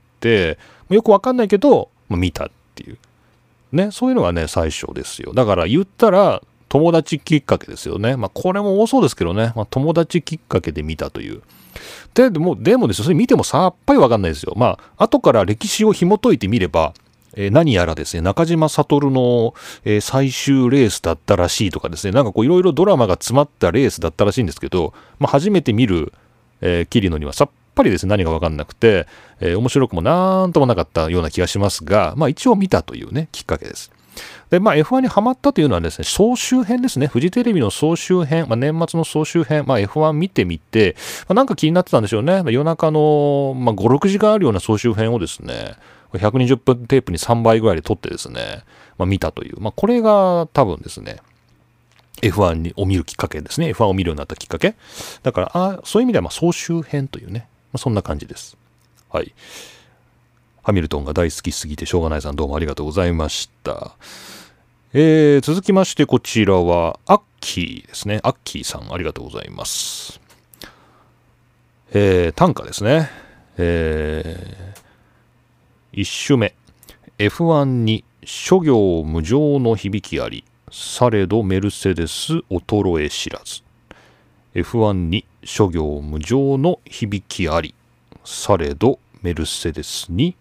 よくわかんないけど、見たっていう。ね、そういうのがね、最初ですよ。だから言ったら、友達きっかけですよね。これも多そうですけどね。友達きっかけで見たという。でもですよ、それ見てもさっぱりわかんないですよ。後から歴史を紐解いてみれば、何やらですね、中島悟の、最終レースだったらしいとかですね、なんかいろいろドラマが詰まったレースだったらしいんですけど、初めて見る、桐野にはさっぱりですね、何が分かんなくて、面白くもなんともなかったような気がしますが、一応見たというね、きっかけです。で、F1 にハマったというのはですね、総集編ですね。フジテレビの総集編、年末の総集編、F1 見てみて、なんか気になってたんでしょうね。夜中の、5、6時間あるような総集編をですね、120分テープに3倍ぐらいで撮ってですね、見たという。これが多分ですね、F1 を見るきっかけですね。F1 を見るようになったきっかけ。だから、そういう意味では総集編というね、そんな感じです。はい。ハミルトンが大好きすぎてしょうがないさん、どうもありがとうございました。続きましてこちらはアッキーですね。アッキーさんありがとうございます。短歌ですね。一首目。F1 に諸行無常の響きあり、されどメルセデス衰え知らず。F1 に諸行無常の響きあり、されどメルセデスに、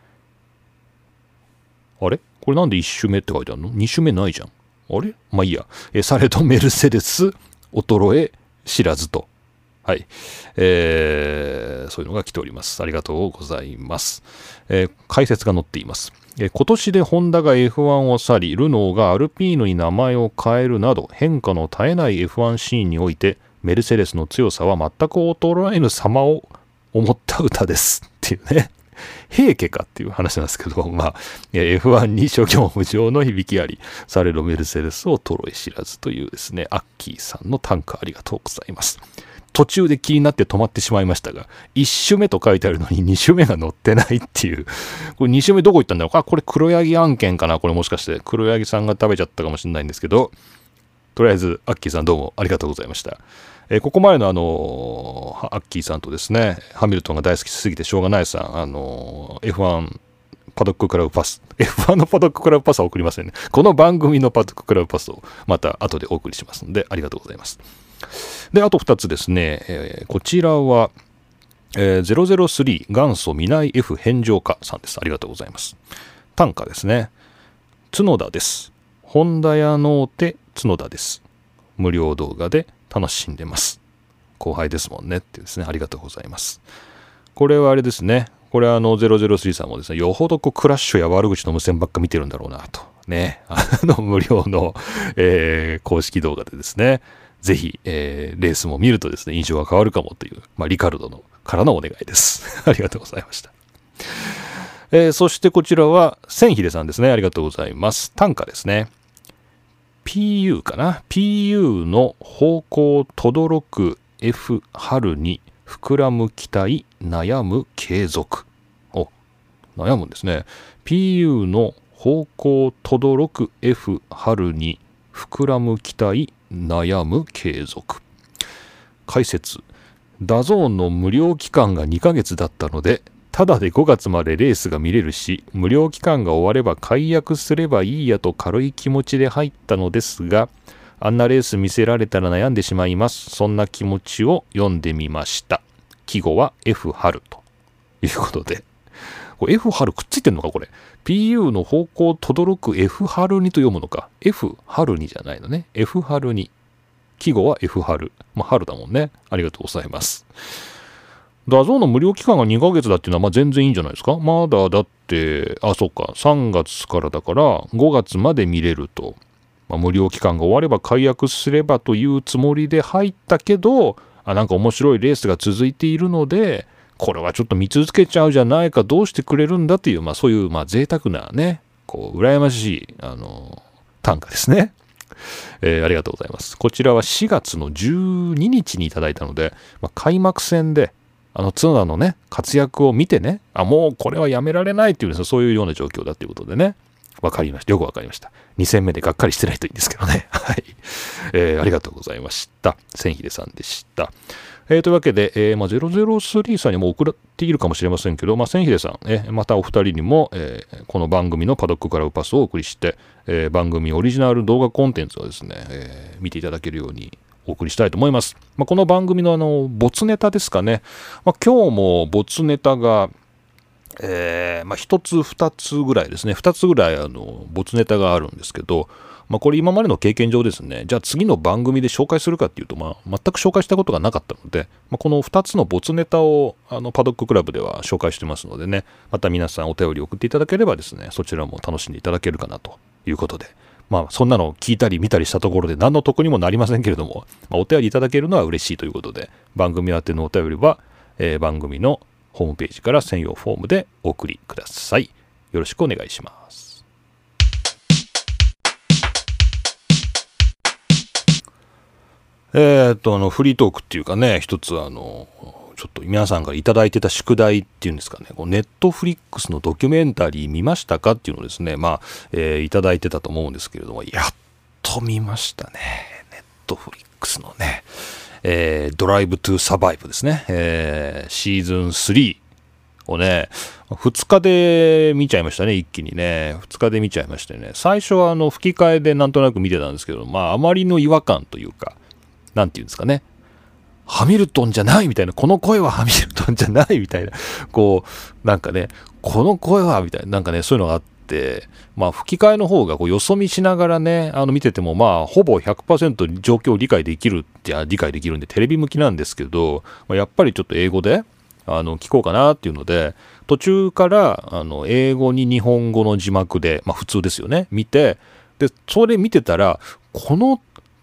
あれこれなんで1首目って書いてあるの？ 2 首目ないじゃん。あれいいや。されどメルセデス衰え知らずと。はい。そういうのが来ております。ありがとうございます。解説が載っています。今年でホンダが F1 を去り、ルノーがアルピーノに名前を変えるなど、変化の絶えない F1 シーンにおいて、メルセデスの強さは全く衰えぬ様を思った歌です。っていうね。 平家かっていう話なんですけど、まあ、F1 に諸行無常の響きあり、されるメルセデスを衰え知らずというですね、アッキーさんの短歌ありがとうございます。途中で気になって止まってしまいましたが、1種目と書いてあるのに2種目が載ってないっていう、これ2種目どこ行ったんだろうか、これ黒柳案件かな、これもしかして黒柳さんが食べちゃったかもしれないんですけど、とりあえずアッキーさんどうもありがとうございました。ここまでのアッキーさんとですね、ハミルトンが大好きすぎてしょうがないさん、F1 パドッククラブパス、F1 のパドッククラブパスは送りませんね。この番組のパドッククラブパスをまた後でお送りしますので、ありがとうございます。で、あと2つですね、こちらは、003元祖見ない F 返上家さんです。ありがとうございます。短歌ですね。角田です。ホンダ屋の手角田です。無料動画で楽しんでます。後輩ですもんねってですね、ありがとうございます。これはあれですね、これは003さんもですね、よほどクラッシュや悪口の無線ばっか見てるんだろうなと。ね、無料の、公式動画でですね、ぜひ、レースも見るとですね、印象が変わるかもという、リカルドからのお願いです。ありがとうございました。そしてこちらは、千秀さんですね。ありがとうございます。短歌ですね。PU かな ?PU の方向轟く F 春に膨らむ期待悩む継続。悩むんですね。PU の方向轟く F 春に膨らむ期待悩む継続。解説。ダゾーンの無料期間が2ヶ月だったので、ただで5月までレースが見れるし、無料期間が終われば解約すればいいやと軽い気持ちで入ったのですが、あんなレース見せられたら悩んでしまいます。そんな気持ちを読んでみました。季語は F 春ということで。これ F 春くっついてんのかこれ。PU の方向轟く F 春にと読むのか。F 春にじゃないのね。F 春に。季語は F 春。春だもんね。ありがとうございます。ダゾーンの無料期間が2ヶ月だっていうのは全然いいんじゃないですか。まだだって、そうか、3月からだから5月まで見れると。無料期間が終われば解約すればというつもりで入ったけど、なんか面白いレースが続いているので、これはちょっと見続けちゃうじゃないか、どうしてくれるんだという、そういう、贅沢なね、羨ましい、短歌ですね。ありがとうございます。こちらは4月の12日にいただいたので、開幕戦で、角田のね、活躍を見てね、もうこれはやめられないっていう、そういうような状況だということでね、わかりました。よくわかりました。2戦目でがっかりしてないといいんですけどね。はい。ありがとうございました。千秀さんでした。というわけで、003さんにも送っているかもしれませんけど、千秀さん、またお二人にも、この番組のパドッククラブパスをお送りして、番組オリジナル動画コンテンツをですね、見ていただけるようにお送りしたいと思います。この番組の没ネタですかね。今日も没ネタが、1つ2つぐらいですね。2つぐらい没ネタがあるんですけど、これ今までの経験上ですね、じゃあ次の番組で紹介するかっていうと、全く紹介したことがなかったので、この2つの没ネタをパドッククラブでは紹介してますのでね、また皆さんお便り送っていただければですね、そちらも楽しんでいただけるかなということで、そんなのを聞いたり見たりしたところで何の得にもなりませんけれども、お便りいただけるのは嬉しいということで、番組宛てのお便りは、番組のホームページから専用フォームでお送りください。よろしくお願いします。フリートークっていうかね、一つちょっと皆さんからいただいてた宿題っていうんですかね、ネットフリックスのドキュメンタリー見ましたかっていうのをですね、いただいてたと思うんですけれども、やっと見ましたね。ネットフリックスのね、ドライブトゥーサバイブですね、シーズン3をね、2日で見ちゃいましたね、一気にね。2日で見ちゃいましたね。最初は吹き替えでなんとなく見てたんですけど、あまりの違和感というか、なんていうんですかね。ハミルトンじゃないみたいな、この声はハミルトンじゃないみたいな、なんかね、この声はみたいな、なんかね、そういうのがあって、吹き替えの方がよそ見しながらね、見てても、ほぼ 100% 状況を理解できるって理解できるんで、テレビ向きなんですけど、やっぱりちょっと英語で、聞こうかなっていうので、途中から、英語に日本語の字幕で、普通ですよね、見て、で、それ見てたら、この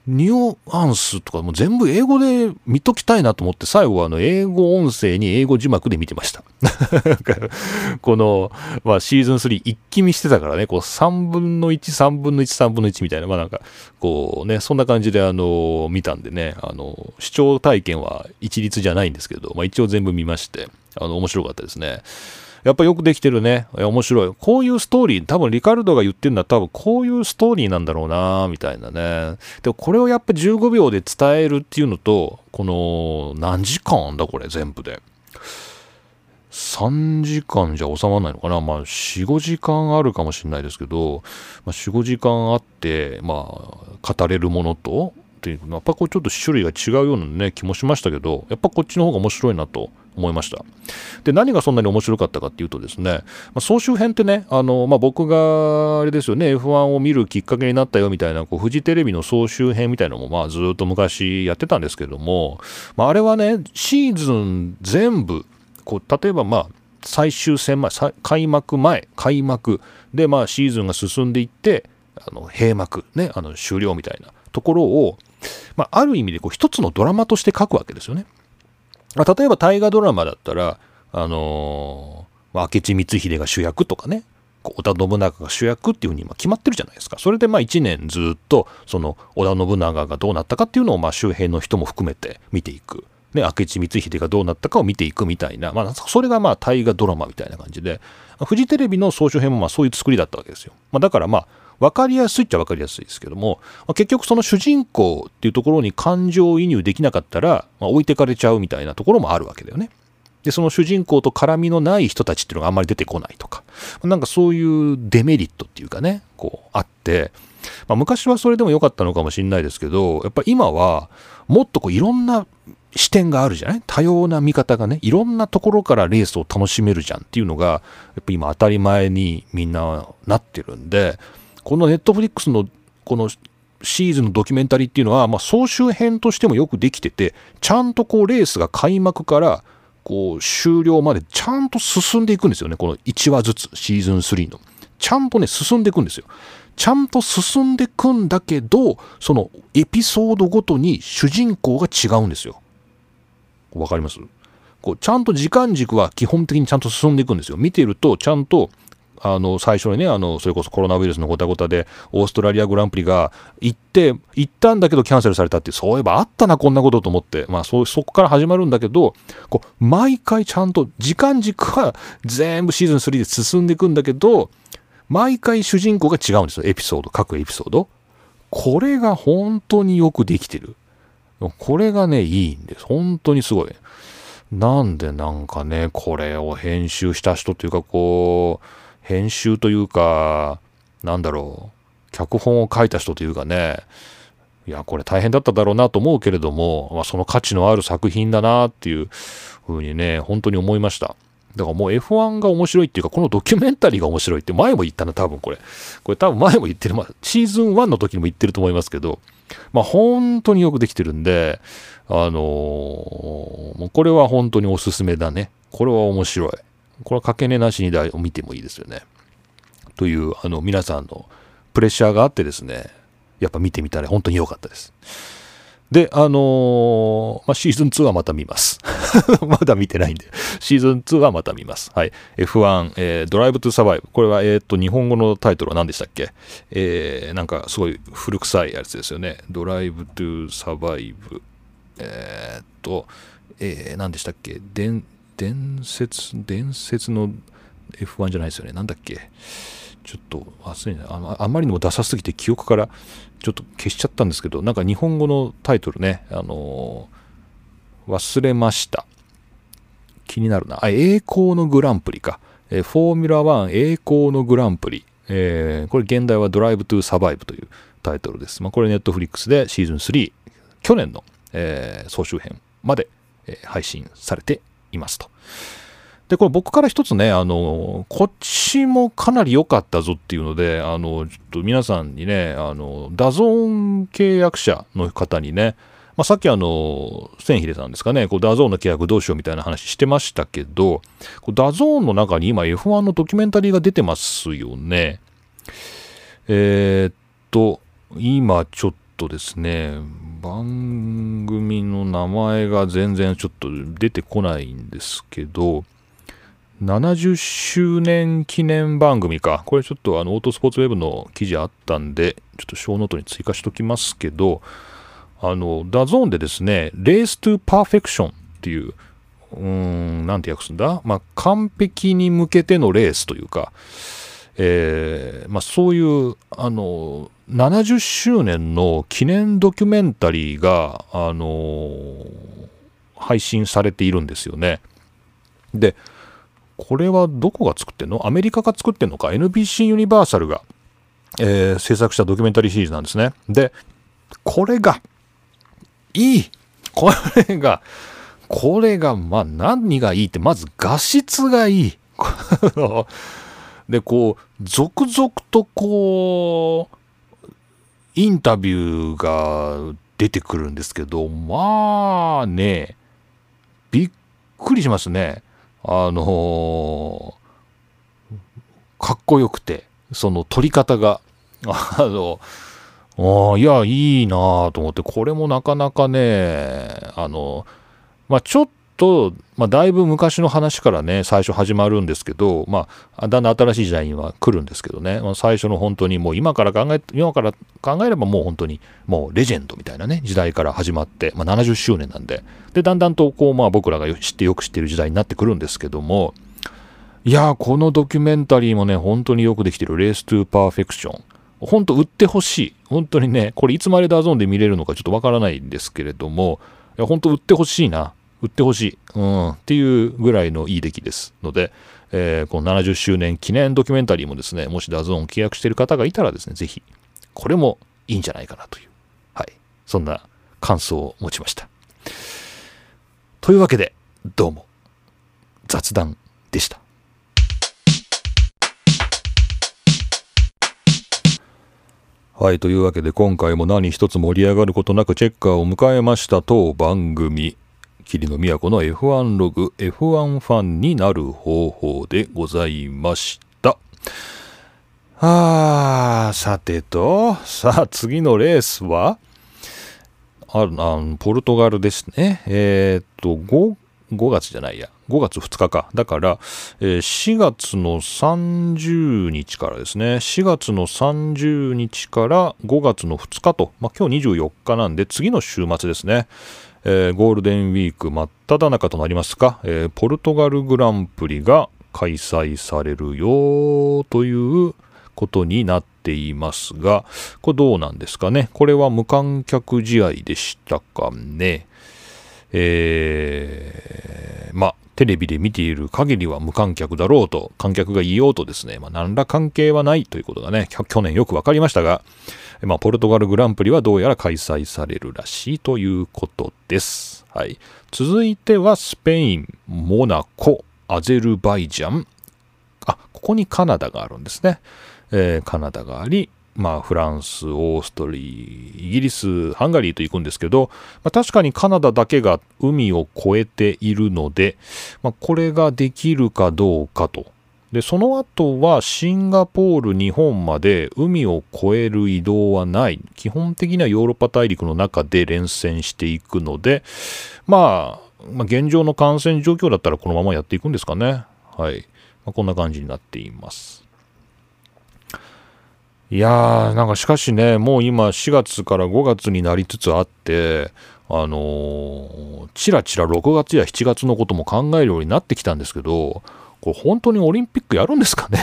ニュアンスとかも全部英語で見ときたいなと思って、最後は英語音声に英語字幕で見てました。この、まあ、シーズン3一気見してたからね、こう3分の1、3分の1、3分の1みたいな、まあなんか、こうね、そんな感じで見たんでね、視聴体験は一律じゃないんですけど、まあ一応全部見まして、面白かったですね。やっぱよくできてるね。面白い。こういうストーリー、多分リカルドが言ってるのは多分こういうストーリーなんだろうなみたいなね。でもこれをやっぱ15秒で伝えるっていうのと、この何時間あんだこれ全部で。3時間じゃ収まらないのかな。まあ4、5時間あるかもしれないですけど、まあ、4、5時間あって、まあ語れるものと、っていうやっぱこうちょっと種類が違うようなね気もしましたけど、やっぱこっちの方が面白いなと思いました。で、何がそんなに面白かったかっていうとですね、まあ、総集編ってね、まあ、僕があれですよね F1 を見るきっかけになったよみたいなこうフジテレビの総集編みたいなのもまあずっと昔やってたんですけども、まあ、あれはねシーズン全部こう例えばまあ最終戦前開幕でまあシーズンが進んでいって閉幕ね終了みたいなところを、まあ、ある意味でこう一つのドラマとして書くわけですよね。例えば大河ドラマだったら明智光秀が主役とかね、織田信長が主役っていうふうに決まってるじゃないですか。それでまあ1年ずっとその織田信長がどうなったかっていうのをまあ周辺の人も含めて見ていく。で、明智光秀がどうなったかを見ていくみたいな、まあ、それがまあ大河ドラマみたいな感じで、フジテレビの総集編もまあそういう作りだったわけですよ。まあ、だからまあ分かりやすいっちゃ分かりやすいですけども、結局その主人公っていうところに感情移入できなかったら、置いてかれちゃうみたいなところもあるわけだよね。で、その主人公と絡みのない人たちっていうのがあんまり出てこないとか、なんかそういうデメリットっていうかね、こうあって、まあ、昔はそれでも良かったのかもしれないですけど、やっぱ今はもっとこういろんな視点があるじゃない？多様な見方がね、いろんなところからレースを楽しめるじゃんっていうのが、やっぱ今当たり前にみんななってるんで、このネットフリックスのこのシーズンのドキュメンタリーっていうのは、まあ、総集編としてもよくできてて、ちゃんとこうレースが開幕からこう終了までちゃんと進んでいくんですよね。この1話ずつシーズン3の。ちゃんとね、進んでいくんですよ。ちゃんと進んでいくんだけど、そのエピソードごとに主人公が違うんですよ。わかります？こうちゃんと時間軸は基本的にちゃんと進んでいくんですよ。見ているとちゃんと最初にねそれこそコロナウイルスのごたごたでオーストラリアグランプリが行ったんだけどキャンセルされたっていう、そういえばあったなこんなことと思って、まあそこから始まるんだけど、こう毎回ちゃんと時間軸は全部シーズン3で進んでいくんだけど、毎回主人公が違うんですよ。各エピソード。これが本当によくできてる。これがね、いいんです。本当にすごい。なんでなんかね、これを編集した人というか、こう、編集というか、なんだろう、脚本を書いた人というかね、いや、これ大変だっただろうなと思うけれども、まあ、その価値のある作品だなっていうふうにね、本当に思いました。だからもう F1 が面白いっていうか、このドキュメンタリーが面白いって前も言ったな、多分これ多分前も言ってる、まあ、シーズン1の時にも言ってると思いますけど、まあ本当によくできてるんで、もうこれは本当におすすめだね。これは面白い。これはかけねなしに見てもいいですよね。という、皆さんのプレッシャーがあってですね、やっぱ見てみたら本当に良かったです。で、まあ、シーズン2はまた見ます。まだ見てないんで。シーズン2はまた見ます。はい。F1、ドライブトゥサバイブ。これは、日本語のタイトルは何でしたっけ？なんかすごい古臭いやつですよね。ドライブトゥサバイブ。何でしたっけ？伝説の F1 じゃないですよね。なんだっけ？ちょっと忘れない。あまりにもダサすぎて記憶からちょっと消しちゃったんですけど、なんか日本語のタイトルね、忘れました。気になるな。栄光のグランプリか。フォーミュラ1栄光のグランプリ。これ現代はドライブトゥサバイブというタイトルです。まあ、これネットフリックスでシーズン3、去年の、総集編まで、配信されていますと。で、これ僕から一つね、こっちもかなり良かったぞっていうので、ちょっと皆さんにね、ダゾーン契約者の方にね、まあ、さっき千秀さんですかね、ダゾーンの契約どうしようみたいな話してましたけど、ダゾーンの中に今 F1 のドキュメンタリーが出てますよね。今ちょっとですね、番組の名前が全然ちょっと出てこないんですけど、70周年記念番組か。これちょっとオートスポーツウェブの記事あったんで、ちょっと小ノートに追加しときますけど、ダゾーンでですね、レーストゥパーフェクションっていう、なんて訳すんだ、完璧に向けてのレースというか、そういう70周年の記念ドキュメンタリーが、配信されているんですよね。で、これはどこが作ってんの？アメリカが作ってんのか？ NBC ユニバーサルが、制作したドキュメンタリーシリーズなんですね。で、これがいい。これが何がいいって、まず画質がいい。で、続々とインタビューが出てくるんですけど、びっくりしますね。かっこよくて、その撮り方が、いや、いいなぁと思って、これもなかなかね、ちょっと、だいぶ昔の話からね、最初始まるんですけど、だんだん新しい時代には来るんですけどね、最初の本当にもう今から考えればもう本当にもうレジェンドみたいなね、時代から始まって、70周年なんで、で、だんだんと僕らがよく知っている時代になってくるんですけども、いやー、このドキュメンタリーもね、本当によくできてる、レーストゥパーフェクション。本当売ってほしい。本当にね、これいつまでダゾーンで見れるのかちょっとわからないんですけれども、いや本当売ってほしいな。売ってほしい。っていうぐらいのいい出来ですので、この70周年記念ドキュメンタリーもですね、もしダゾーン契約している方がいたらですね、ぜひ、これもいいんじゃないかなという、はい。そんな感想を持ちました。というわけで、どうも、雑談でした。はい、というわけで今回も何一つ盛り上がることなくチェッカーを迎えました当番組、霧の都の F1 ログ F1 ファンになる方法でございました。さてと、次のレースはポルトガルですね。5月じゃないや。5月2日か。だから、4月の30日からですね。4月の30日から5月の2日と、今日24日なんで、次の週末ですね。ゴールデンウィーク真っ只中となりますか、ポルトガルグランプリが開催されるよということになっていますが、これどうなんですかね。これは無観客試合でしたかね。テレビで見ている限りは無観客だろうと観客が言おうとですね、何ら関係はないということがね、去年よく分かりましたが、ポルトガルグランプリはどうやら開催されるらしいということです。はい。続いてはスペイン、モナコ、アゼルバイジャン、ここにカナダがあるんですね。カナダがあり、フランス、オーストリー、イギリス、ハンガリーと行くんですけど、確かにカナダだけが海を越えているので、これができるかどうかと。で、その後はシンガポール、日本まで海を越える移動はない。基本的にはヨーロッパ大陸の中で連戦していくので、現状の感染状況だったらこのままやっていくんですかね。はい。こんな感じになっています。いやー、しかしね、もう今4月から5月になりつつあって、ちらちら6月や7月のことも考えるようになってきたんですけど、これ本当にオリンピックやるんですかね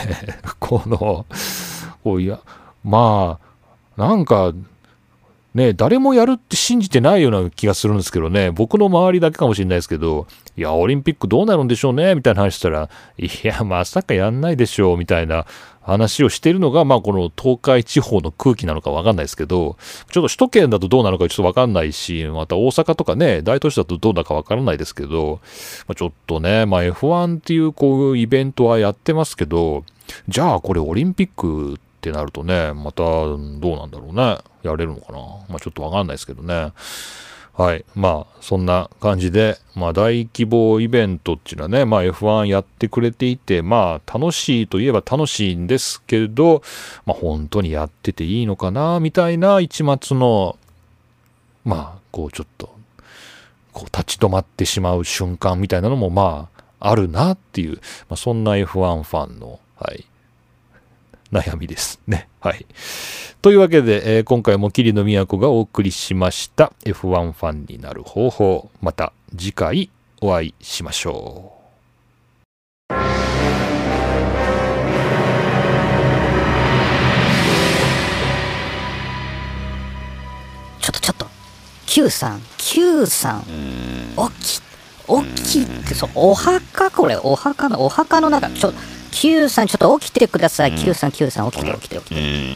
誰もやるって信じてないような気がするんですけどね、僕の周りだけかもしれないですけど、いや、オリンピックどうなるんでしょうねみたいな話したら、いや、まさかやんないでしょうみたいな話をしているのが、この東海地方の空気なのかわかんないですけど、ちょっと首都圏だとどうなのかちょっとわかんないし、また大阪とかね、大都市だとどうだかわからないですけど、ちょっとね、F1 っていうこういうイベントはやってますけど、じゃあこれオリンピックってなるとね、またどうなんだろうね。やれるのかな。ちょっとわかんないですけどね。はい。そんな感じで、大規模イベントっていうのはね、F1 やってくれていて、楽しいといえば楽しいんですけど、本当にやってていいのかな、みたいな一末の、 こうちょっとこう立ち止まってしまう瞬間みたいなのもあるなっていう、そんな F1 ファンの、悩みですね。というわけで、今回も桐野都がお送りしました F1 ファンになる方法。また次回お会いしましょう。 ちょっと Q さん起きってお墓これお墓の中Q さんちょっと起きてください。Q さん起きておい起きてちょっ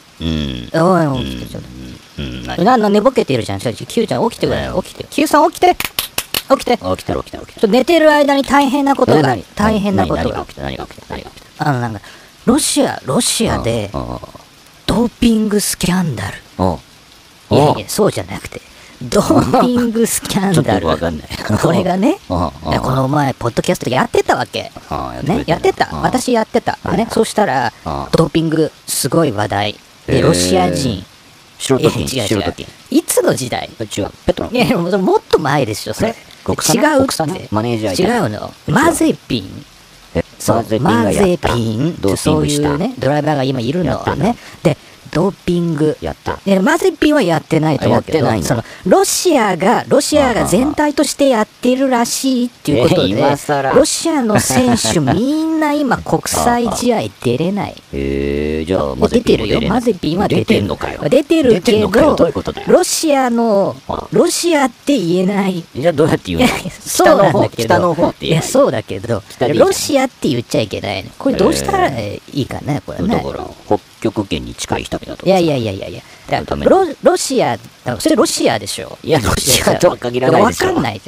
と寝ぼけてるじゃん。Q ちゃん起きてください。起きて Q さん起きてちょっと寝てる間に大変なことが何が起きたなんかロシアでドーピングスキャンダル。いやそうじゃなくてドーピングスキャンダルこれがねこの前ポッドキャストやってたわけね、私やってたね。そしたらドーピングすごい話題でロシア人白時いつの時代ペトロいやもっと前でしょそれ。違うってマネージャー違うのマゼピンマゼピンそういうねドライバーが今いるのね。でドーピングやったマゼピンはやってないと思うけど、そのロシアが全体としてやってるらしいっていうことで、ロシアの選手みんな今国際試合出れない。 じゃあ出てるよ。マゼピンは出てるのかよ。 出てるけどロシアって言えない。 じゃあどうやって言うの？ そうなんだけど北の方って言えない。 そうだけどロシアって言っちゃいけない。これどうしたらいいかねこれね。 だから北極圏に近い人だと。 いやだからロシアそれロシアでしょ。 いやロシアとは限らないでしょ。 わかんない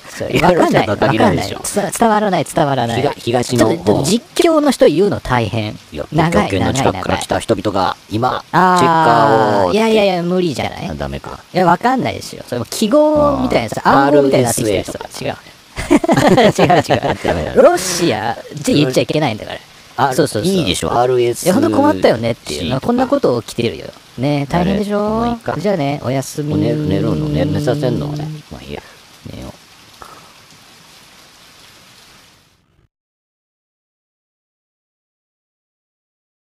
伝わらない東の方実況の人言うの大変。 長い北極圏の近くから来た人々が今チェッカーをいや無理じゃない。 ダメか。 いやわかんないですよ。それも記号みたいなさ暗号みたいになってきてるさ違うロシアって言っちゃいけないんだから。そういいでしょ RS。 いやほんと困ったよねっていうこんなこと起きてるよね。大変でしょ。じゃあねおやすみ。 寝させんのね。まあいいや。